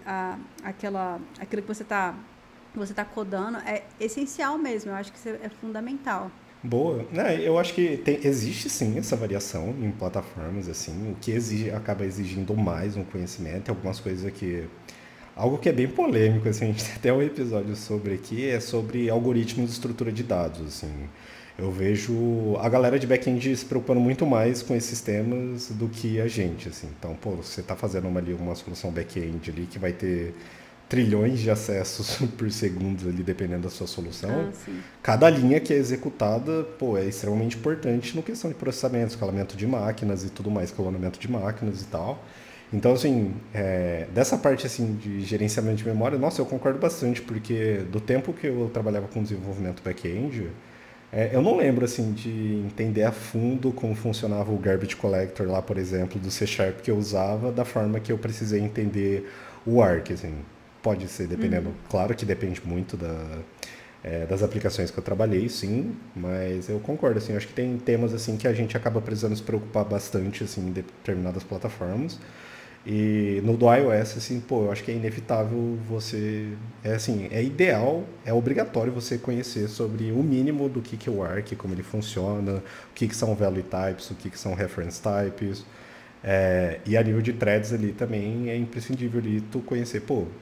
que você está codando. É essencial mesmo, eu acho que isso é fundamental. Boa. Eu acho que existe sim essa variação em plataformas, assim, o que acaba exigindo mais um conhecimento, algumas coisas que... Algo que é bem polêmico, assim, a gente tem até um episódio sobre aqui, é sobre algoritmos de estrutura de dados, assim. Eu vejo a galera de back-end se preocupando muito mais com esses temas do que a gente, assim. Então, pô, você está fazendo uma solução back-end ali que vai ter trilhões de acessos por segundo ali, dependendo da sua solução. Cada linha que é executada, pô, é extremamente importante no questão de processamento, escalamento de máquinas e tudo mais, escalonamento de máquinas e tal. Então, assim, dessa parte assim, de gerenciamento de memória, nossa, eu concordo bastante, porque do tempo que eu trabalhava com desenvolvimento back-end, eu não lembro, assim, de entender a fundo como funcionava o garbage collector lá, por exemplo, do C# que eu usava, da forma que eu precisei entender o Arc, assim. Pode ser, dependendo. Claro que depende muito das aplicações que eu trabalhei, sim, mas eu concordo, assim, eu acho que tem temas, assim, que a gente acaba precisando se preocupar bastante, assim, em determinadas plataformas. E no do iOS, assim, pô, eu acho que é inevitável você... assim, é ideal, é obrigatório você conhecer sobre o mínimo do que é o Arc, como ele funciona, o que são value types, o que são reference types. E a nível de threads ali também é imprescindível ali tu conhecer, pô,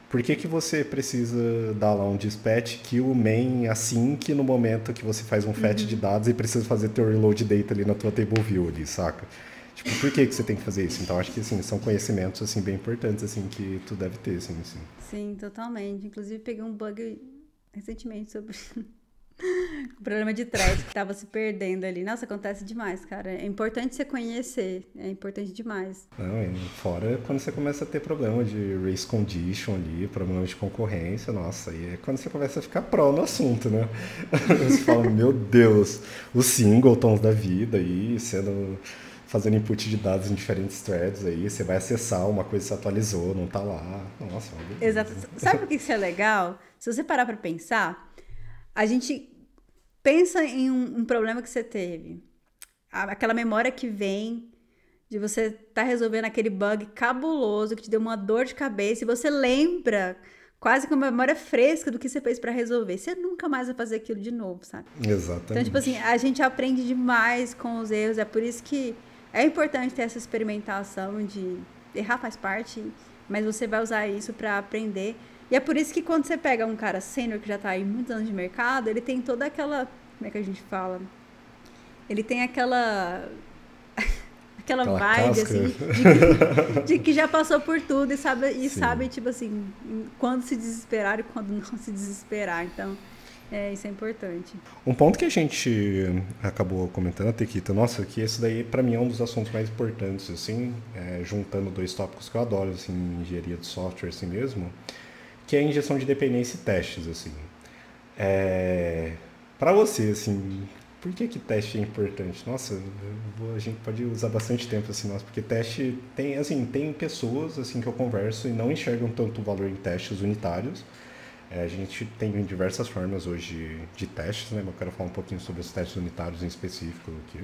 por que você precisa dar lá um dispatch que o main assim que no momento que você faz um fetch de dados e precisa fazer teu reload data ali na tua table view ali, saca? Tipo, por que você tem que fazer isso? Então, acho que, assim, são conhecimentos, assim, bem importantes, assim, que tu deve ter, assim. Sim, totalmente. Inclusive, peguei um bug recentemente sobre o problema de thread que tava se perdendo ali. Nossa, acontece demais, cara. É importante você conhecer. É importante demais. Não, e fora quando você começa a ter problema de race condition ali, problema de concorrência, nossa, aí é quando você começa a ficar pró no assunto, né? Você fala, meu Deus, os singletons da vida aí, fazendo input de dados em diferentes threads aí, você vai acessar uma coisa que você atualizou, não tá lá. Nossa, meu Deus. Exato. Sabe por que isso é legal? Se você parar pra pensar, a gente pensa em um problema que você teve. Aquela memória que vem de você estar resolvendo aquele bug cabuloso que te deu uma dor de cabeça e você lembra quase com uma memória fresca do que você fez pra resolver. Você nunca mais vai fazer aquilo de novo, sabe? Exatamente. Então, tipo assim, a gente aprende demais com os erros. É por isso que é importante ter essa experimentação de errar faz parte, mas você vai usar isso pra aprender. E é por isso que quando você pega um cara sênior que já tá aí muitos anos de mercado, ele tem toda aquela... Como é que a gente fala? Ele tem aquela vibe, assim, de que já passou por tudo e sabe, tipo assim, quando se desesperar e quando não se desesperar. Então, isso é importante. Um ponto que a gente acabou comentando, Tequita, nossa, que esse daí pra mim é um dos assuntos mais importantes, assim, juntando dois tópicos que eu adoro, assim, em engenharia de software, assim mesmo, que é a injeção de dependência e testes, assim. Pra você, assim, por que teste é importante? Nossa, a gente pode usar bastante tempo, assim, nossa, porque teste tem pessoas, assim, que eu converso e não enxergam tanto valor em testes unitários. A gente tem diversas formas hoje de testes, né? Eu quero falar um pouquinho sobre os testes unitários em específico aqui.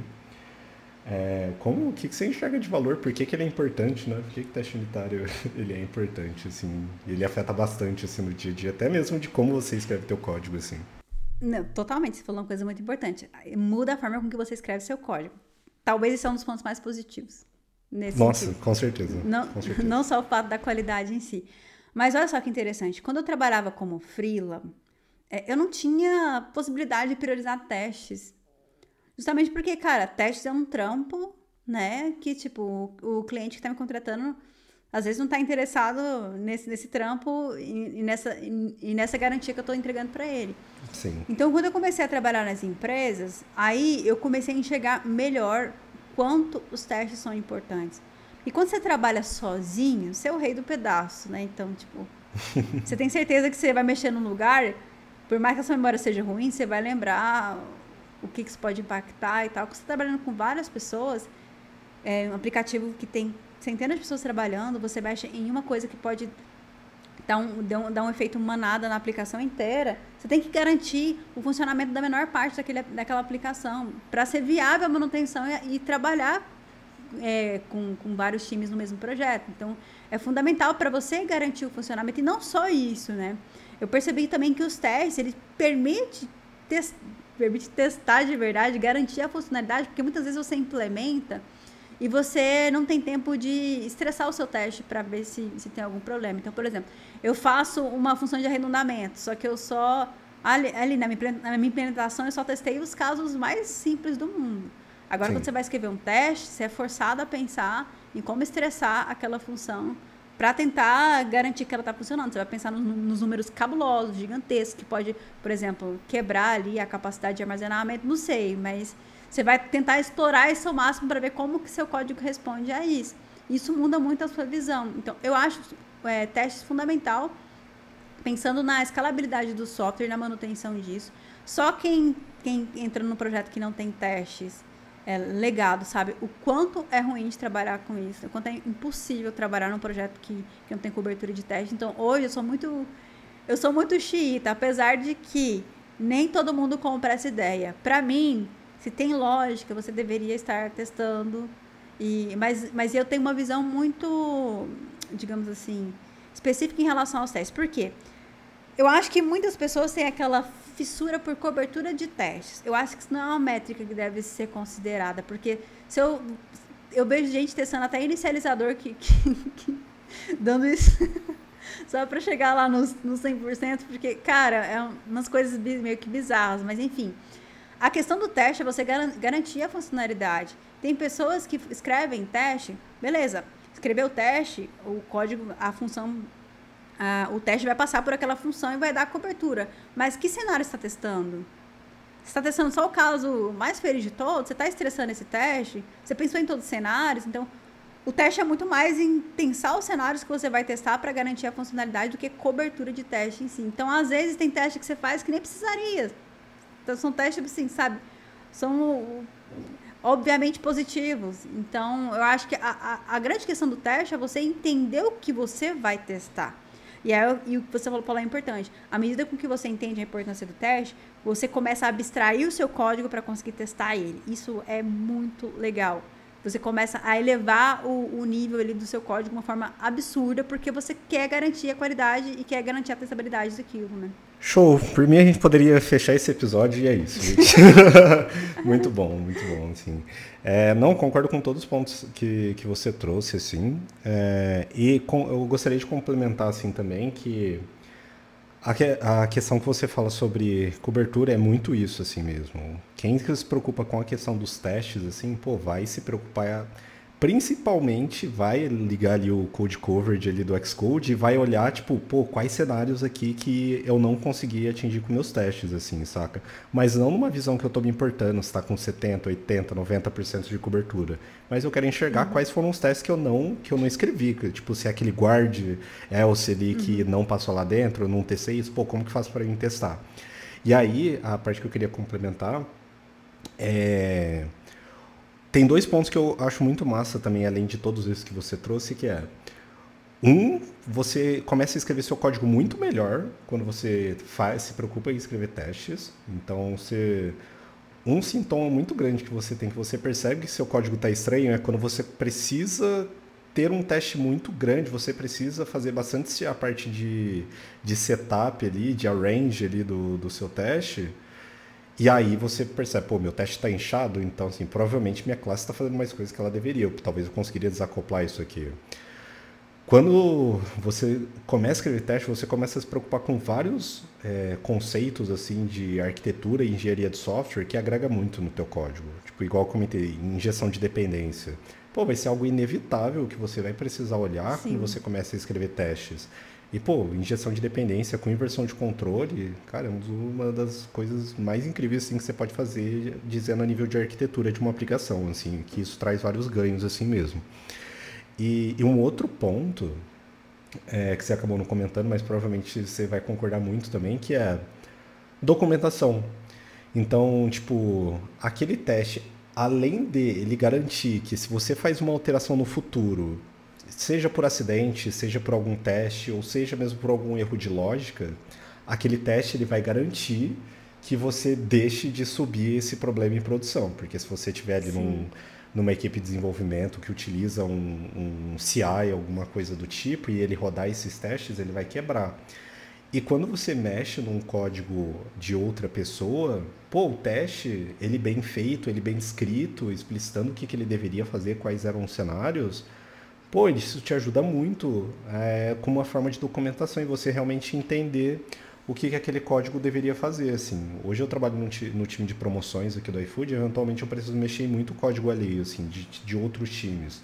O que você enxerga de valor? Por que ele é importante, né? Por que teste unitário ele é importante, assim? Ele afeta bastante, assim, no dia a dia, até mesmo de como você escreve teu código, assim. Não, totalmente, você falou uma coisa muito importante. Muda a forma com que você escreve seu código. Talvez esse é um dos pontos mais positivos nesse sentido. Com certeza. Não só o fato da qualidade em si. Mas olha só que interessante. Quando eu trabalhava como freela, eu não tinha possibilidade de priorizar testes. Justamente porque, cara, testes é um trampo, né? Que, tipo, o cliente que tá me contratando, às vezes não tá interessado nesse trampo e nessa garantia que eu tô entregando para ele. Sim. Então, quando eu comecei a trabalhar nas empresas, aí eu comecei a enxergar melhor quanto os testes são importantes. E quando você trabalha sozinho, você é o rei do pedaço, né? Então, tipo, você tem certeza que você vai mexer num lugar, por mais que a sua memória seja ruim, você vai lembrar o que isso pode impactar e tal. Quando você está trabalhando com várias pessoas, um aplicativo que tem centenas de pessoas trabalhando, você mexe em uma coisa que pode dar um efeito manada na aplicação inteira. Você tem que garantir o funcionamento da menor parte daquela aplicação para ser viável a manutenção e trabalhar com vários times no mesmo projeto. Então, é fundamental para você garantir o funcionamento. E não só isso, né? Eu percebi também que os testes, eles permitem testar de verdade, garantir a funcionalidade, porque muitas vezes você implementa e você não tem tempo de estressar o seu teste para ver se tem algum problema. Então, por exemplo, eu faço uma função de arredondamento, só que eu só... Ali na minha implementação, eu só testei os casos mais simples do mundo. Agora, Sim. Quando você vai escrever um teste, você é forçado a pensar em como estressar aquela função para tentar garantir que ela está funcionando. Você vai pensar nos números cabulosos, gigantescos, que pode, por exemplo, quebrar ali a capacidade de armazenamento, não sei, mas você vai tentar explorar isso ao máximo para ver como que seu código responde a isso. Isso muda muito a sua visão. Então, eu acho testes fundamental, pensando na escalabilidade do software e na manutenção disso. Só quem entra no projeto que não tem testes legado, sabe? O quanto é ruim de trabalhar com isso, o quanto é impossível trabalhar num projeto que não tem cobertura de teste. Então, hoje eu sou muito xiita, apesar de que nem todo mundo compra essa ideia. Para mim, se tem lógica, você deveria estar testando. Mas eu tenho uma visão muito, digamos assim, específica em relação aos testes. Por quê? Eu acho que muitas pessoas têm aquela fissura por cobertura de testes. Eu acho que isso não é uma métrica que deve ser considerada, porque se eu vejo gente testando até inicializador que dando isso, Só para chegar lá nos 100%, porque, cara, é umas coisas meio que bizarras, mas enfim. A questão do teste é você garantir a funcionalidade. Tem pessoas que escrevem teste, beleza, escreveu o teste, o código, a função, o teste vai passar por aquela função e vai dar cobertura. Mas que cenário você está testando? Você está testando só o caso mais feliz de todos? Você está estressando esse teste? Você pensou em todos os cenários? Então, o teste é muito mais em pensar os cenários que você vai testar para garantir a funcionalidade do que cobertura de teste em si. Então, às vezes, tem teste que você faz que nem precisaria. Então, são testes, assim, sabe? São, obviamente, positivos. Então, eu acho que a grande questão do teste é você entender o que você vai testar. E o que você falou é importante. À medida com que você entende a importância do teste, você começa a abstrair o seu código para conseguir testar ele. Isso é muito legal. Você começa a elevar o nível ali do seu código de uma forma absurda, porque você quer garantir a qualidade e quer garantir a testabilidade daquilo, né? Show! Por mim, a gente poderia fechar esse episódio e é isso, gente. Muito bom, assim. Não, concordo com todos os pontos que você trouxe, assim. Eu gostaria de complementar, assim, também, que a questão que você fala sobre cobertura é muito isso, assim mesmo. Quem se preocupa com a questão dos testes, assim, vai se preocupar... Principalmente vai ligar ali o code coverage ali do Xcode e vai olhar, quais cenários aqui que eu não consegui atingir com meus testes, assim, saca? Mas não numa visão que eu tô me importando se tá com 70%, 80%, 90% de cobertura. Mas eu quero enxergar quais foram os testes que eu não escrevi. Se é aquele guard else ali que não passou lá dentro, eu não testei isso, como que faço para mim testar? E aí, a parte que eu queria complementar tem 2 pontos que eu acho muito massa também, além de todos esses que você trouxe, que é... você começa a escrever seu código muito melhor quando você se preocupa em escrever testes. Então, um sintoma muito grande que você tem, que você percebe que seu código está estranho, é quando você precisa ter um teste muito grande, você precisa fazer bastante a parte de setup ali, de arrange ali do seu teste. E aí você percebe, meu teste está inchado, então assim, provavelmente minha classe está fazendo mais coisas que ela deveria. Talvez eu conseguiria desacoplar isso aqui. Quando você começa a escrever teste, você começa a se preocupar com vários conceitos assim de arquitetura e engenharia de software que agrega muito no teu código. Igual eu comentei, injeção de dependência. Vai ser algo inevitável que você vai precisar olhar quando você começa a escrever testes. E, injeção de dependência com inversão de controle, cara, é uma das coisas mais incríveis assim, que você pode fazer, dizendo a nível de arquitetura de uma aplicação, assim, que isso traz vários ganhos assim mesmo. E um outro ponto, que você acabou não comentando, mas provavelmente você vai concordar muito também, que é documentação. Então, aquele teste, além de ele garantir que se você faz uma alteração no futuro, seja por acidente, seja por algum teste, ou seja mesmo por algum erro de lógica, aquele teste ele vai garantir que você deixe de subir esse problema em produção. Porque se você estiver ali numa equipe de desenvolvimento que utiliza um CI, alguma coisa do tipo, e ele rodar esses testes, ele vai quebrar. E quando você mexe num código de outra pessoa, o teste, ele bem feito, ele bem escrito, explicitando o que ele deveria fazer, quais eram os cenários, isso te ajuda muito como uma forma de documentação e você realmente entender o que aquele código deveria fazer, assim. Hoje eu trabalho no time de promoções aqui do iFood, eventualmente eu preciso mexer em muito código alheio, assim, de outros times.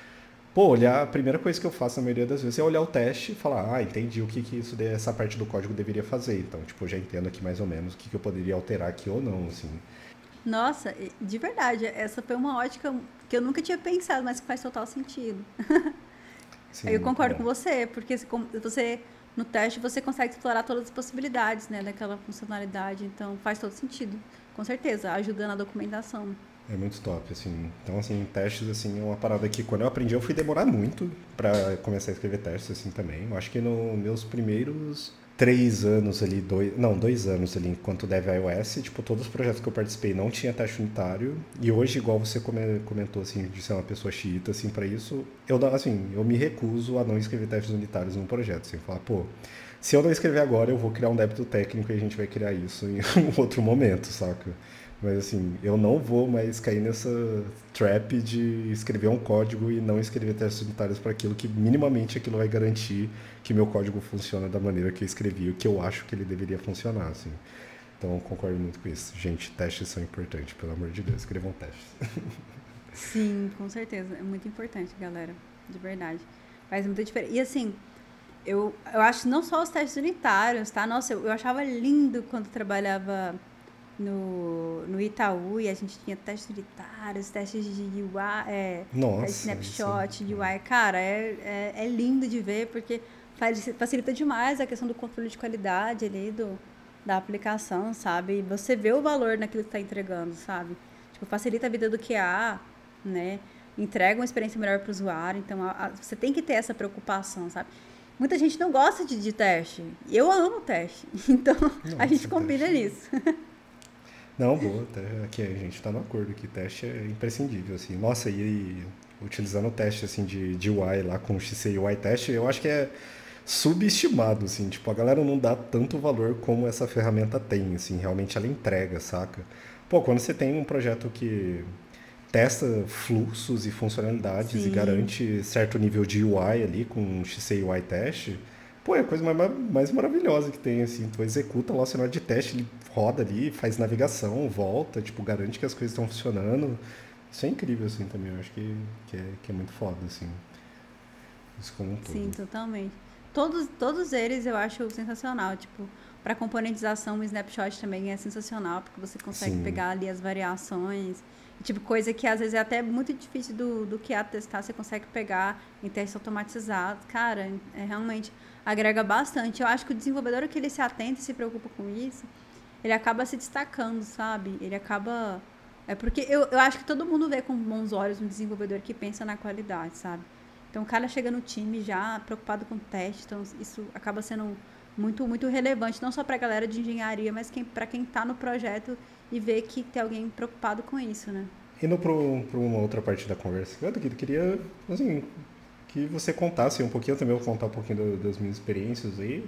A primeira coisa que eu faço na maioria das vezes é olhar o teste e falar, entendi o que essa parte do código deveria fazer. Então, eu já entendo aqui mais ou menos o que eu poderia alterar aqui ou não, assim. Nossa, de verdade, essa foi uma ótica que eu nunca tinha pensado, mas que faz total sentido. Sim, eu concordo com você, porque no teste você consegue explorar todas as possibilidades, né, daquela funcionalidade, então faz todo sentido, com certeza, ajuda na documentação. É muito top, assim. Então, assim, testes, assim, é uma parada que quando eu aprendi eu fui demorar muito para começar a escrever testes, assim, também. Eu acho que nos meus primeiros 3 anos ali, 2 anos ali, enquanto dev iOS, todos os projetos que eu participei não tinha teste unitário, e hoje, igual você comentou, assim, de ser uma pessoa xiita, assim, para isso, eu me recuso a não escrever testes unitários num projeto, assim, falar, Se eu não escrever agora, eu vou criar um débito técnico e a gente vai criar isso em um outro momento, saca? Mas assim, eu não vou mais cair nessa trap de escrever um código e não escrever testes unitários para aquilo que minimamente aquilo vai garantir que meu código funciona da maneira que eu escrevi, o que eu acho que ele deveria funcionar, assim. Então, eu concordo muito com isso. Gente, testes são importantes, pelo amor de Deus, escrevam testes. Sim, com certeza. É muito importante, galera. De verdade. Faz muita diferença. E assim, eu acho não só os testes unitários, tá? Nossa, eu achava lindo quando trabalhava no Itaú e a gente tinha testes unitários, testes de UI, Nossa, snapshot, de UI. Cara, é lindo de ver porque facilita demais a questão do controle de qualidade ali da aplicação, sabe? E você vê o valor naquilo que está entregando, sabe? Tipo, facilita a vida do QA, né? Entrega uma experiência melhor para o usuário. Então, você tem que ter essa preocupação, sabe? Muita gente não gosta de teste. Eu amo teste. Então, a gente combina nisso. Não, boa. Aqui a gente está no acordo que teste é imprescindível, assim. Nossa, e utilizando o teste, assim, de UI lá com o XCUI teste, eu acho que é subestimado, assim. Tipo, a galera não dá tanto valor como essa ferramenta tem, assim. Realmente ela entrega, saca? Pô, quando você tem um projeto que testa fluxos e funcionalidades. Sim. E garante certo nível de UI ali com um XCUI teste, pô, é a coisa mais maravilhosa que tem, assim. Tu executa lá o cenário de teste, ele roda ali, faz navegação, volta, tipo, garante que as coisas estão funcionando. Isso é incrível, assim, também. Eu acho que é muito foda, assim. Isso como um todo. Sim, totalmente. Todos eles eu acho sensacional, tipo, para componentização o snapshot também é sensacional, porque você consegue Sim. pegar ali as variações, tipo, coisa que às vezes é até muito difícil do QA testar, você consegue pegar em testes automatizados. Cara, realmente agrega bastante. Eu acho que o desenvolvedor que ele se atenta e se preocupa com isso, ele acaba se destacando, sabe? Ele acaba... porque eu acho que todo mundo vê com bons olhos um desenvolvedor que pensa na qualidade, sabe? Então, o cara chega no time já preocupado com o teste, então isso acaba sendo muito, muito relevante, não só para a galera de engenharia, mas para quem está no projeto e vê que tem alguém preocupado com isso, né? Indo para uma outra parte da conversa, eu queria, assim, que você contasse um pouquinho, eu também vou contar um pouquinho das minhas experiências aí.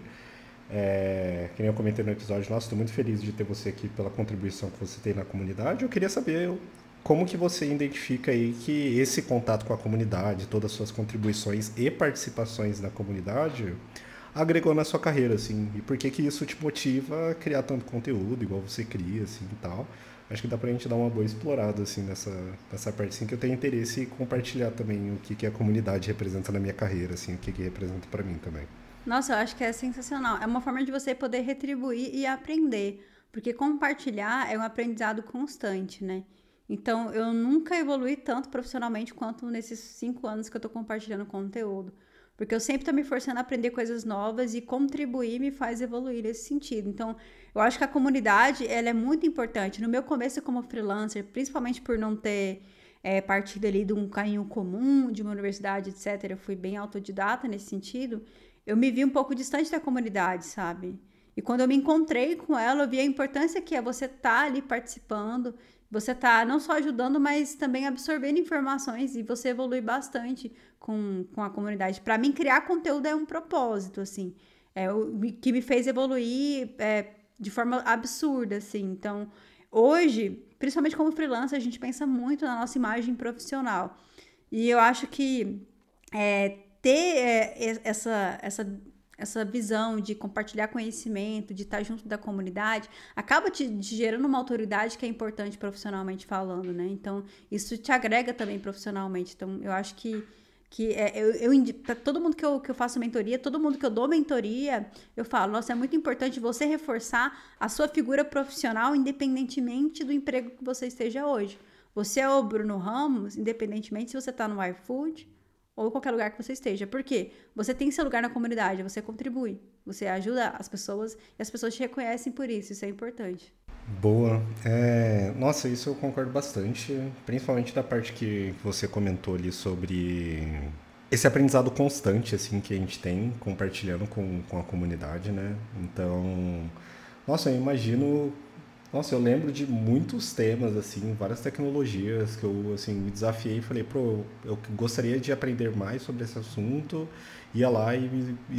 Que nem eu comentei no episódio, nossa, estou muito feliz de ter você aqui pela contribuição que você tem na comunidade. Eu queria saber como que você identifica aí que esse contato com a comunidade, todas as suas contribuições e participações na comunidade agregou na sua carreira, assim, e por que isso te motiva a criar tanto conteúdo, igual você cria, assim, e tal. Acho que dá pra gente dar uma boa explorada, assim, nessa parte, assim, que eu tenho interesse em compartilhar também o que a comunidade representa na minha carreira, assim, o que representa pra mim também. Nossa, eu acho que é sensacional. É uma forma de você poder retribuir e aprender, porque compartilhar é um aprendizado constante, né? Então, eu nunca evolui tanto profissionalmente quanto nesses 5 anos que eu tô compartilhando conteúdo. Porque eu sempre estou me forçando a aprender coisas novas e contribuir me faz evoluir nesse sentido. Então, eu acho que a comunidade, ela é muito importante. No meu começo como freelancer, principalmente por não ter partido ali de um caminho comum, de uma universidade, etc. Eu fui bem autodidata nesse sentido. Eu me vi um pouco distante da comunidade, sabe? E quando eu me encontrei com ela, eu vi a importância que é você estar ali participando, você tá não só ajudando, mas também absorvendo informações e você evolui bastante com a comunidade. Para mim, criar conteúdo é um propósito, assim, o que me fez evoluir de forma absurda, assim. Então, hoje, principalmente como freelancer, a gente pensa muito na nossa imagem profissional. E eu acho que ter essa visão de compartilhar conhecimento, de estar junto da comunidade, acaba te gerando uma autoridade que é importante profissionalmente falando, né? Então, isso te agrega também profissionalmente. Então, eu acho que para todo mundo que eu faço mentoria, todo mundo que eu dou mentoria, eu falo, nossa, é muito importante você reforçar a sua figura profissional independentemente do emprego que você esteja hoje. Você é o Bruno Ramos, independentemente se você está no iFood ou qualquer lugar que você esteja. Por quê? Você tem seu lugar na comunidade, você contribui, você ajuda as pessoas e as pessoas te reconhecem por isso é importante. Boa. Nossa, isso eu concordo bastante, principalmente da parte que você comentou ali sobre esse aprendizado constante, assim, que a gente tem compartilhando com a comunidade, né? Então, nossa, eu imagino Nossa, eu lembro de muitos temas, assim, várias tecnologias que eu, assim, me desafiei e falei, eu gostaria de aprender mais sobre esse assunto. Ia lá e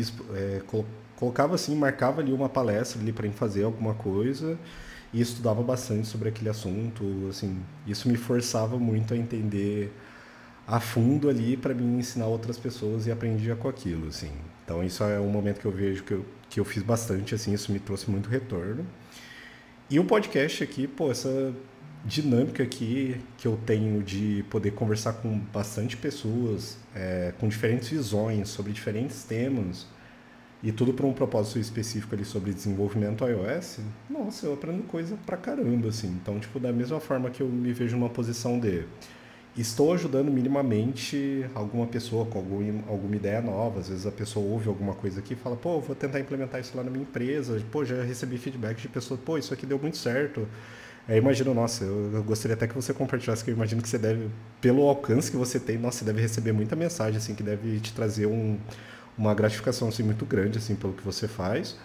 colocava assim, marcava ali uma palestra ali para fazer alguma coisa e estudava bastante sobre aquele assunto, assim, isso me forçava muito a entender a fundo ali para me ensinar outras pessoas e aprendia com aquilo, assim. Então isso é um momento que eu vejo que eu fiz bastante, assim, isso me trouxe muito retorno. E o podcast aqui, pô, essa dinâmica aqui que eu tenho de poder conversar com bastante pessoas, com diferentes visões sobre diferentes temas, e tudo para um propósito específico ali sobre desenvolvimento iOS, nossa, eu aprendo coisa pra caramba, assim. Então, tipo, da mesma forma que eu me vejo numa posição de estou ajudando minimamente alguma pessoa com alguma ideia nova. Às vezes a pessoa ouve alguma coisa aqui e fala, pô, vou tentar implementar isso lá na minha empresa. Pô, já recebi feedback de pessoas, pô, isso aqui deu muito certo. Aí eu imagino, nossa, eu gostaria até que você compartilhasse, que eu imagino que você deve, pelo alcance que você tem, nossa, você deve receber muita mensagem, assim, que deve te trazer uma gratificação, assim, muito grande, assim, pelo que você faz.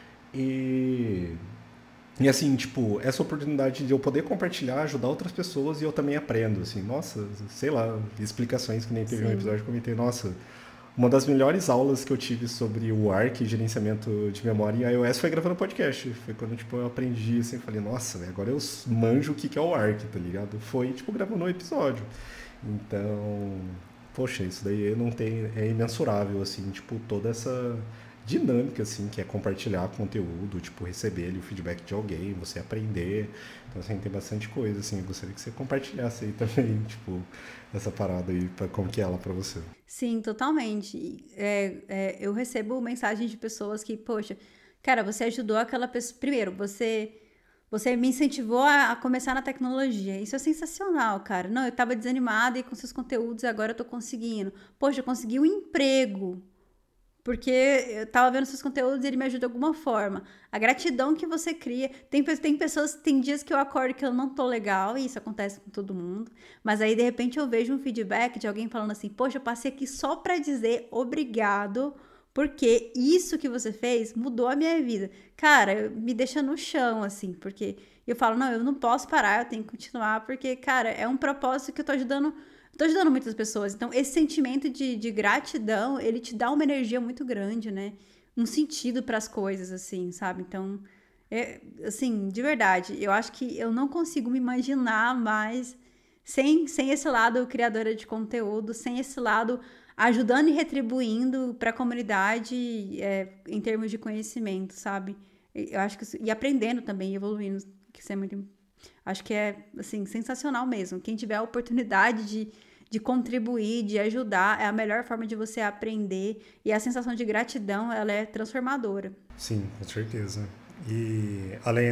E e assim, tipo, essa oportunidade de eu poder compartilhar, ajudar outras pessoas e eu também aprendo, assim, nossa, sei lá, explicações que nem teve um episódio que eu comentei, nossa, uma das melhores aulas que eu tive sobre o Arc e gerenciamento de memória em iOS foi gravando podcast. Foi quando, tipo, eu aprendi, assim, falei, nossa, véio, agora eu manjo o que é o Arc, tá ligado? Foi, tipo, gravando um episódio. Então, poxa, isso daí não tem, é imensurável, assim, tipo, toda essa dinâmica, assim, que é compartilhar conteúdo, tipo, receber ali o feedback de alguém, você aprender. Então, assim, tem bastante coisa, assim, eu gostaria que você compartilhasse aí também, tipo, essa parada aí, como que é ela pra você. Sim, totalmente. Eu recebo mensagens de pessoas que, poxa, cara, você ajudou aquela pessoa. Primeiro, você me incentivou a começar na tecnologia. Isso é sensacional, cara. Não, eu tava desanimada e com seus conteúdos agora eu tô conseguindo. Poxa, eu consegui um emprego. Porque eu tava vendo seus conteúdos e ele me ajuda de alguma forma. A gratidão que você cria. Tem pessoas, tem dias que eu acordo que eu não tô legal, e isso acontece com todo mundo. Mas aí, de repente, eu vejo um feedback de alguém falando assim: poxa, eu passei aqui só pra dizer obrigado, porque isso que você fez mudou a minha vida. Cara, me deixa no chão, assim, porque eu falo: não, eu não posso parar, eu tenho que continuar, porque, cara, é um propósito que eu tô ajudando muitas pessoas. Então, esse sentimento de gratidão, ele te dá uma energia muito grande, né? Um sentido para as coisas, assim, sabe? Então, assim, de verdade, eu acho que eu não consigo me imaginar mais sem esse lado criadora de conteúdo, sem esse lado ajudando e retribuindo para a comunidade em termos de conhecimento, sabe? Eu acho que e aprendendo também, evoluindo, que isso é muito. Acho que é, assim, sensacional mesmo. Quem tiver a oportunidade de contribuir, de ajudar, é a melhor forma de você aprender. E a sensação de gratidão, ela é transformadora. Sim, com certeza. E além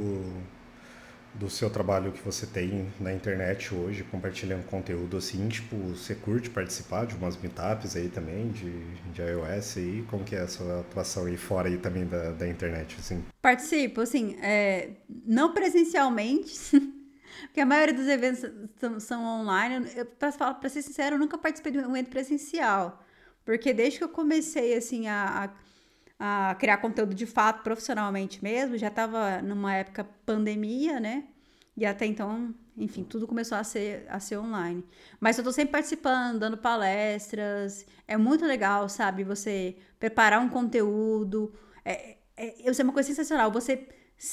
do seu trabalho que você tem na internet hoje, compartilhando conteúdo assim, tipo, você curte participar de umas meetups aí também, de iOS aí? Como que é a sua atuação aí fora aí também da internet, assim? Participo, assim, não presencialmente, porque a maioria dos eventos são online. Pra ser sincero, eu nunca participei de um evento presencial, porque desde que eu comecei, assim, a criar conteúdo de fato, profissionalmente mesmo, já estava numa época pandemia, né? E até então, enfim, tudo começou a ser online. Mas eu tô sempre participando, dando palestras. É muito legal, sabe? Você preparar um conteúdo. Isso é uma coisa sensacional. Você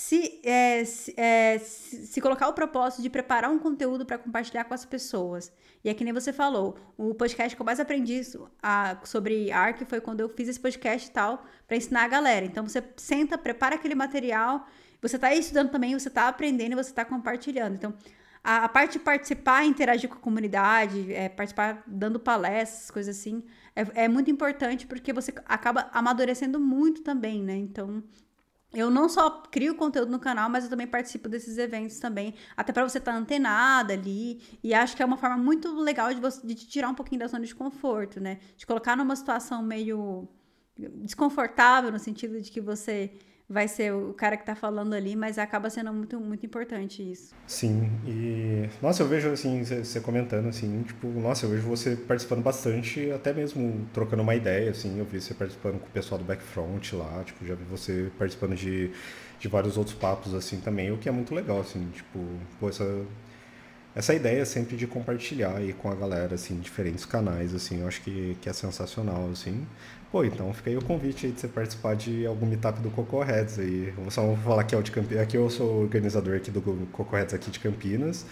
se colocar o propósito de preparar um conteúdo para compartilhar com as pessoas. E é que nem você falou, o podcast que eu mais aprendi sobre Arc foi quando eu fiz esse podcast e tal, para ensinar a galera. Então você senta, prepara aquele material, você tá aí estudando também, você tá aprendendo e você tá compartilhando. Então, a parte de participar, interagir com a comunidade, participar dando palestras, coisas assim, é muito importante porque você acaba amadurecendo muito também, né? Então, eu não só crio conteúdo no canal, mas eu também participo desses eventos também, até para você estar antenada ali, e acho que é uma forma muito legal de te tirar um pouquinho da zona de conforto, né? De colocar numa situação meio desconfortável, no sentido de que você vai ser o cara que tá falando ali, mas acaba sendo muito, muito importante isso. Sim, e nossa, eu vejo assim, você comentando assim, tipo, nossa, eu vejo você participando bastante, até mesmo trocando uma ideia, assim, eu vi você participando com o pessoal do Backfront lá, tipo, já vi você participando de vários outros papos assim também, o que é muito legal, assim, tipo, pô, essa ideia sempre de compartilhar aí com a galera, assim, diferentes canais, assim, eu acho que é sensacional, assim. Pô, então fica aí o convite aí de você participar de algum meetup do Coco Heads aí. Eu só vou falar que é o de Campinas, aqui eu sou organizador aqui do Coco Heads aqui de Campinas,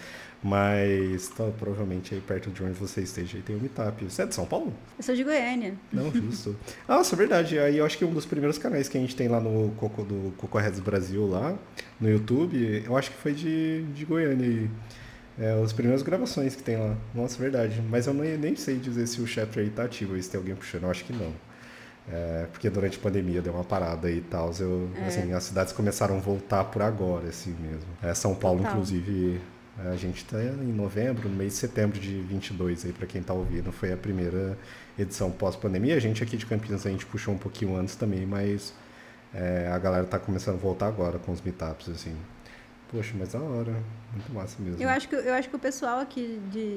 mas tá, provavelmente aí perto de onde você esteja aí tem um meetup. Você é de São Paulo? Eu sou de Goiânia. Não, justo. Nossa, verdade. Aí eu acho que um dos primeiros canais que a gente tem lá no do Coco Heads Brasil lá, no YouTube, eu acho que foi de Goiânia aí. As primeiras gravações que tem lá. Nossa, verdade. Mas eu nem sei dizer se o chapter aí tá ativo, ou se tem alguém puxando. Eu acho que não. Porque durante a pandemia deu uma parada aí e tal. Assim, as cidades começaram a voltar por agora, assim mesmo. São Paulo, Total. inclusive, a gente tá em novembro, no mês de setembro de 22 aí, pra quem tá ouvindo. Foi a primeira edição pós-pandemia. A gente aqui de Campinas, a gente puxou um pouquinho antes também, mas a galera tá começando a voltar agora com os meetups, assim. Poxa, mas da hora. Muito massa mesmo. Eu acho que o pessoal aqui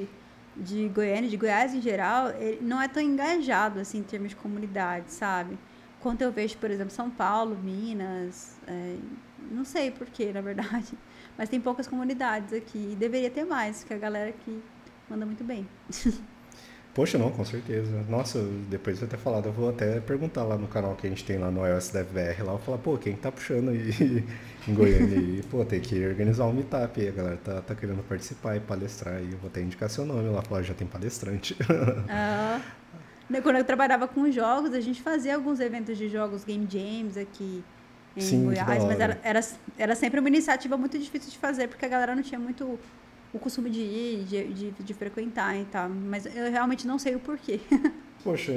de Goiânia, de Goiás em geral, ele não é tão engajado, assim, em termos de comunidade, sabe? Quanto eu vejo, por exemplo, São Paulo, Minas, não sei porquê, na verdade, mas tem poucas comunidades aqui, e deveria ter mais, porque a galera aqui manda muito bem. Poxa, não, com certeza. Nossa, depois de eu ter falado, eu vou até perguntar lá no canal que a gente tem lá no iOS Dev BR, lá, eu vou falar, pô, quem tá puxando aí em Goiânia aí? Pô, tem que organizar um meetup aí, a galera tá querendo participar e palestrar aí, eu vou até indicar seu nome lá, falar, já tem palestrante. Ah, quando eu trabalhava com jogos, a gente fazia alguns eventos de jogos, game jams aqui em Sim, que da Goiás, mas hora. era sempre uma iniciativa muito difícil de fazer, porque a galera não tinha muito o costume de ir, de frequentar e tal. Mas eu realmente não sei o porquê. Poxa,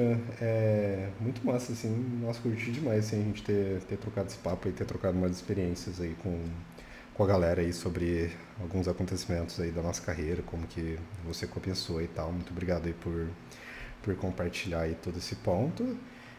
muito massa, assim, nossa, curti demais, assim, a gente ter trocado esse papo e ter trocado umas experiências aí com a galera aí sobre alguns acontecimentos aí da nossa carreira, como que você começou e tal. Muito obrigado aí por compartilhar aí todo esse ponto.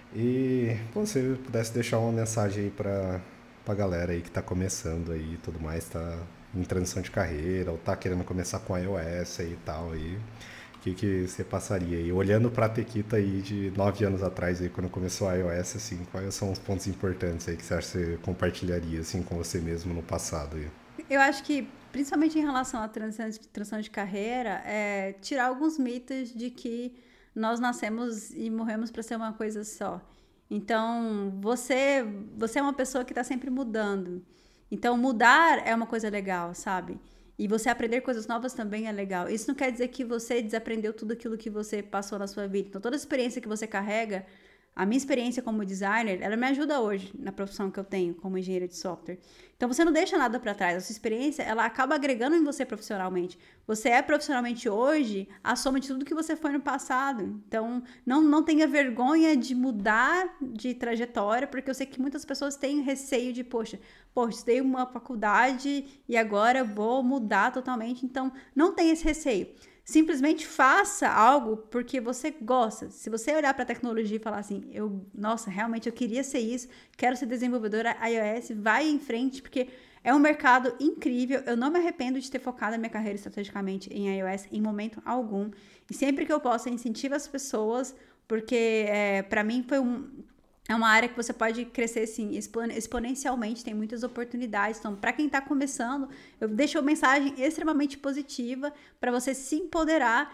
E, pô, se você pudesse deixar uma mensagem aí pra galera aí que tá começando aí e tudo mais, tá em transição de carreira, ou tá querendo começar com iOS aí e tal, aí, o que você passaria aí? Olhando pra Tequita aí de 9 anos atrás, aí, quando começou a iOS, assim, quais são os pontos importantes aí que você acha que você compartilharia, assim, com você mesmo no passado aí? Eu acho que, principalmente em relação à transição de carreira, é tirar alguns mitos de que nós nascemos e morremos para ser uma coisa só. Então, você é uma pessoa que está sempre mudando. Então, mudar é uma coisa legal, sabe? E você aprender coisas novas também é legal. Isso não quer dizer que você desaprendeu tudo aquilo que você passou na sua vida. Então, toda a experiência que você carrega, a minha experiência como designer, ela me ajuda hoje na profissão que eu tenho como engenheira de software. Então você não deixa nada para trás. A sua experiência, ela acaba agregando em você profissionalmente. Você é profissionalmente hoje a soma de tudo que você foi no passado. Então não tenha vergonha de mudar de trajetória, porque eu sei que muitas pessoas têm receio de, poxa, estudei uma faculdade e agora vou mudar totalmente. Então não tenha esse receio. Simplesmente faça algo porque você gosta. Se você olhar para a tecnologia e falar assim, nossa, realmente eu queria ser isso, quero ser desenvolvedora iOS, vai em frente, porque é um mercado incrível. Eu não me arrependo de ter focado a minha carreira estrategicamente em iOS em momento algum. E sempre que eu posso, eu incentivo as pessoas, porque para mim é uma área que você pode crescer assim, exponencialmente, tem muitas oportunidades. Então, para quem está começando, eu deixo uma mensagem extremamente positiva para você se empoderar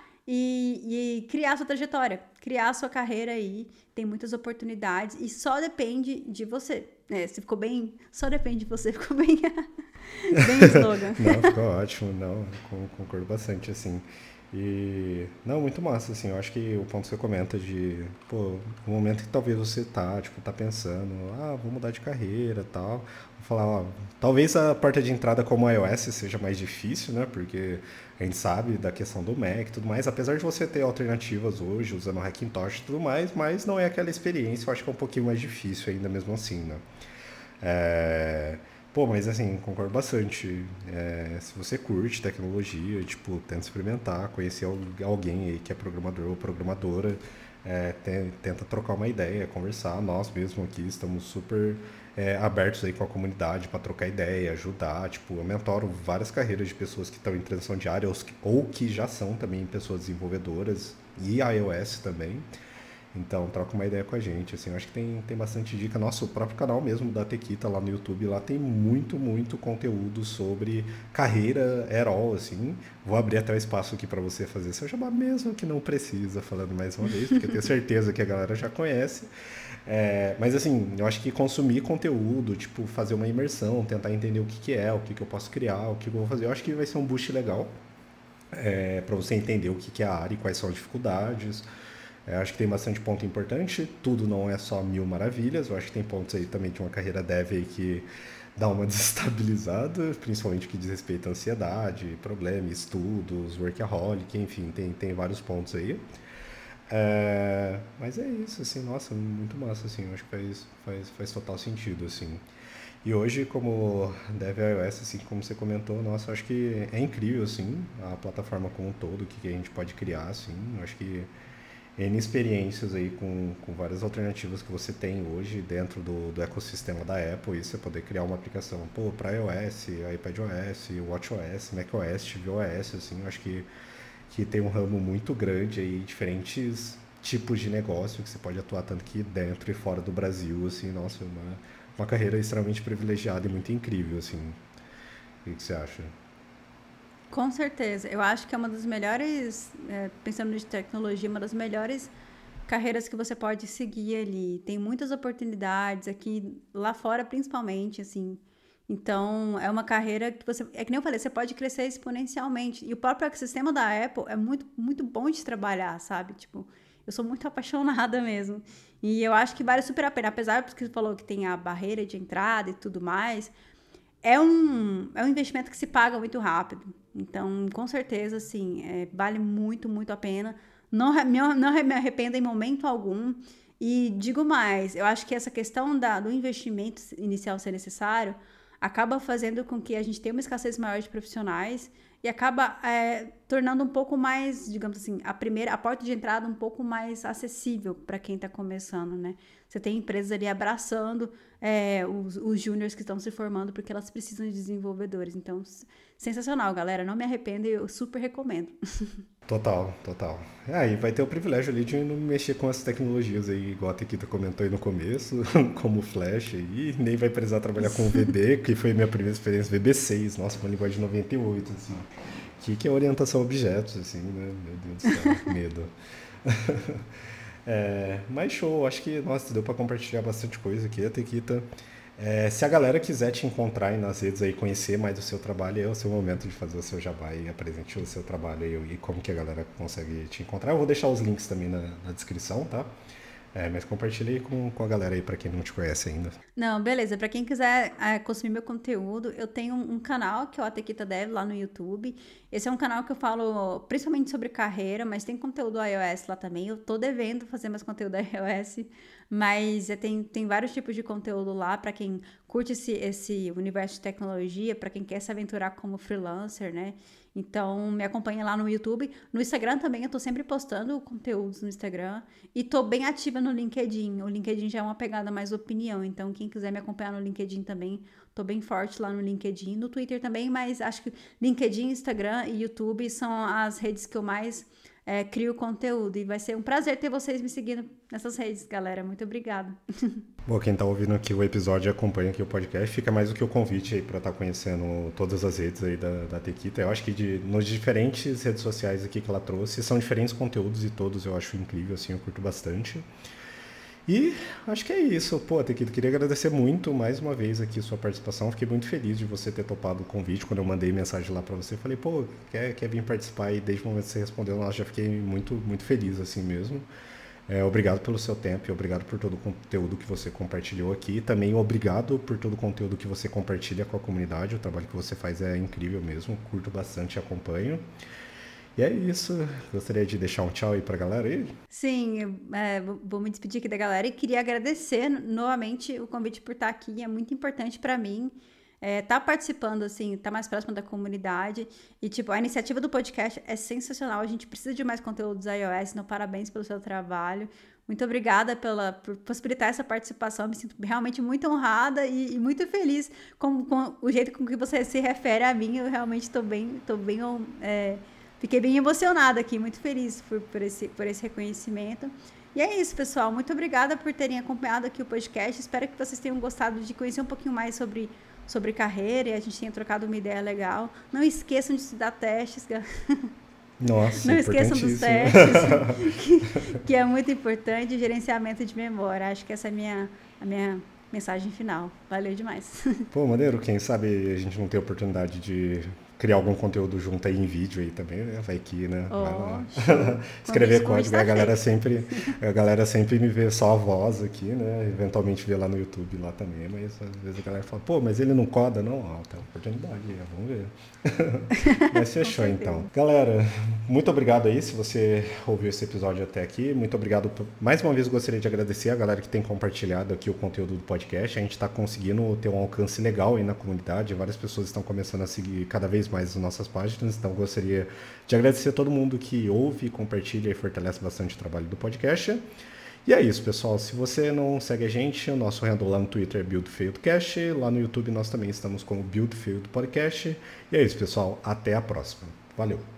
e criar sua trajetória, criar sua carreira aí. Tem muitas oportunidades e só depende de você. Se ficou bem, só depende de você, ficou bem, bem slogan. Não, ficou ótimo, não, concordo bastante, assim. E, não, muito massa, assim, eu acho que o ponto que você comenta de, pô, o momento que talvez você tá pensando, vou mudar de carreira e tal, vou falar, talvez a porta de entrada como iOS seja mais difícil, né, porque a gente sabe da questão do Mac e tudo mais, apesar de você ter alternativas hoje, usando o Hackintosh e tudo mais, mas não é aquela experiência, eu acho que é um pouquinho mais difícil ainda mesmo assim, né. Pô, mas assim, concordo bastante. Se você curte tecnologia, tipo, tenta experimentar, conhecer alguém aí que é programador ou programadora, tenta trocar uma ideia, conversar. Nós mesmo aqui estamos super abertos aí com a comunidade para trocar ideia, ajudar. Tipo, eu mentoro várias carreiras de pessoas que estão em transição de área ou que já são também pessoas desenvolvedoras e iOS também. Então, troca uma ideia com a gente, assim, eu acho que tem bastante dica. Nosso próprio canal mesmo da Tequita lá no YouTube, lá tem muito conteúdo sobre carreira at all, assim. Vou abrir até o espaço aqui para você fazer seu jabá, mesmo que não precisa, falando mais uma vez, porque eu tenho certeza que a galera já conhece. Mas, assim, eu acho que consumir conteúdo, tipo, fazer uma imersão, tentar entender o que é, o que eu posso criar, o que eu vou fazer, eu acho que vai ser um boost legal para você entender o que é a área e quais são as dificuldades. Acho que tem bastante ponto importante, tudo não é só mil maravilhas, eu acho que tem pontos aí também de uma carreira dev aí que dá uma desestabilizada, principalmente o que diz respeito à ansiedade, problemas, estudos, workaholic, enfim, tem vários pontos aí. Mas é isso, assim, nossa, muito massa, assim, eu acho que faz total sentido, assim. E hoje, como Dev iOS, assim, como você comentou, nossa, eu acho que é incrível, assim, a plataforma como um todo, o que a gente pode criar, assim, eu acho que N experiências aí com várias alternativas que você tem hoje dentro do ecossistema da Apple, e você poder criar uma aplicação para iOS, iPadOS, WatchOS, macOS, tvOS, assim, eu acho que tem um ramo muito grande aí, diferentes tipos de negócio que você pode atuar tanto aqui dentro e fora do Brasil, assim, nossa, uma carreira extremamente privilegiada e muito incrível, assim. O que você acha? Com certeza. Eu acho que é uma das melhores, pensando de tecnologia, uma das melhores carreiras que você pode seguir ali. Tem muitas oportunidades aqui, lá fora principalmente, assim. Então, é uma carreira que você, é que nem eu falei, você pode crescer exponencialmente. E o próprio ecossistema da Apple é muito bom de trabalhar, sabe? Tipo, eu sou muito apaixonada mesmo. E eu acho que vale super a pena, apesar de que você falou que tem a barreira de entrada e tudo mais, é um investimento que se paga muito rápido. Então, com certeza, assim, vale muito a pena. Não me arrependo em momento algum. E digo mais, eu acho que essa questão do investimento inicial ser necessário acaba fazendo com que a gente tenha uma escassez maior de profissionais e acaba tornando um pouco mais, digamos assim, a porta de entrada um pouco mais acessível para quem está começando, né? Você tem empresas ali abraçando os júniors que estão se formando porque elas precisam de desenvolvedores. Então, sensacional, galera. Não me arrependo e eu super recomendo. Total. E vai ter o privilégio ali de não mexer com as tecnologias aí, igual a Tequita comentou aí no começo, como Flash aí, nem vai precisar trabalhar com o VB, que foi minha primeira experiência, VB6, nossa, uma linguagem de 98, assim. Que é orientação a objetos, assim, né? Meu Deus do céu, medo. Mas show, acho que, nossa, deu para compartilhar bastante coisa aqui, a Tequita. Se a galera quiser te encontrar aí nas redes aí, conhecer mais do seu trabalho, é o seu momento de fazer o seu jabá e apresentar o seu trabalho aí, e como que a galera consegue te encontrar. Eu vou deixar os links também na descrição, tá? Mas compartilha aí com a galera aí, pra quem não te conhece ainda. Não, beleza. Pra quem quiser consumir meu conteúdo, eu tenho um canal que é o Tequita Dev lá no YouTube. Esse é um canal que eu falo principalmente sobre carreira, mas tem conteúdo iOS lá também. Eu tô devendo fazer mais conteúdo iOS, mas tem vários tipos de conteúdo lá pra quem curte esse universo de tecnologia, pra quem quer se aventurar como freelancer, né? Então, me acompanha lá no YouTube. No Instagram também, eu tô sempre postando conteúdos no Instagram. E tô bem ativa no LinkedIn. O LinkedIn já é uma pegada mais opinião. Então, quem quiser me acompanhar no LinkedIn também, tô bem forte lá no LinkedIn. No Twitter também, mas acho que LinkedIn, Instagram e YouTube são as redes que eu mais crio conteúdo. E vai ser um prazer ter vocês me seguindo nessas redes, galera. Muito obrigada. Bom, quem tá ouvindo aqui o episódio e acompanha aqui o podcast, fica mais do que o convite aí para estar conhecendo todas as redes aí da Tequita. Eu acho que nos diferentes redes sociais aqui que ela trouxe, são diferentes conteúdos e todos eu acho incrível, assim, eu curto bastante. E acho que é isso. Pô, Tequita, queria agradecer muito mais uma vez aqui a sua participação. Fiquei muito feliz de você ter topado o convite. Quando eu mandei mensagem lá para você, falei, pô, quer vir participar? E desde o momento que você respondeu, nossa, já fiquei muito feliz assim mesmo. Obrigado pelo seu tempo e obrigado por todo o conteúdo que você compartilhou aqui. Também obrigado por todo o conteúdo que você compartilha com a comunidade. O trabalho que você faz é incrível mesmo. Curto bastante e acompanho. E é isso. Gostaria de deixar um tchau aí pra galera aí? Sim, vou me despedir aqui da galera e queria agradecer novamente o convite por estar aqui. É muito importante para mim. tá participando, assim, tá mais próximo da comunidade. E, tipo, a iniciativa do podcast é sensacional. A gente precisa de mais conteúdos iOS, então parabéns pelo seu trabalho. Muito obrigada por possibilitar essa participação. Me sinto realmente muito honrada e muito feliz com o jeito com que você se refere a mim. Eu realmente fiquei bem emocionada aqui, muito feliz por esse reconhecimento. E é isso, pessoal. Muito obrigada por terem acompanhado aqui o podcast. Espero que vocês tenham gostado de conhecer um pouquinho mais sobre carreira e a gente tenha trocado uma ideia legal. Não esqueçam de estudar testes. Nossa, não esqueçam dos testes, que é muito importante, o gerenciamento de memória. Acho que essa é a minha mensagem final. Valeu demais. Pô, maneiro, quem sabe a gente não tem a oportunidade de criar algum conteúdo junto aí em vídeo aí também, né? Vai que, né? Vai lá. Escrever código, a galera sempre me vê só a voz aqui, né? Eventualmente vê lá no YouTube lá também, mas às vezes a galera fala, pô, mas ele não coda? Não, tem oportunidade, vamos ver. Mas fechou então. Galera, muito obrigado aí se você ouviu esse episódio até aqui. Muito obrigado. Mais uma vez gostaria de agradecer a galera que tem compartilhado aqui o conteúdo do podcast. A gente está conseguindo ter um alcance legal aí na comunidade. Várias pessoas estão começando a seguir cada vez mais as nossas páginas. Então gostaria de agradecer a todo mundo que ouve, compartilha e fortalece bastante o trabalho do podcast. E é isso, pessoal. Se você não segue a gente, o nosso handle lá no Twitter é BuildFieldCast. Lá no YouTube nós também estamos com o BuildFieldPodcast. E é isso, pessoal. Até a próxima. Valeu!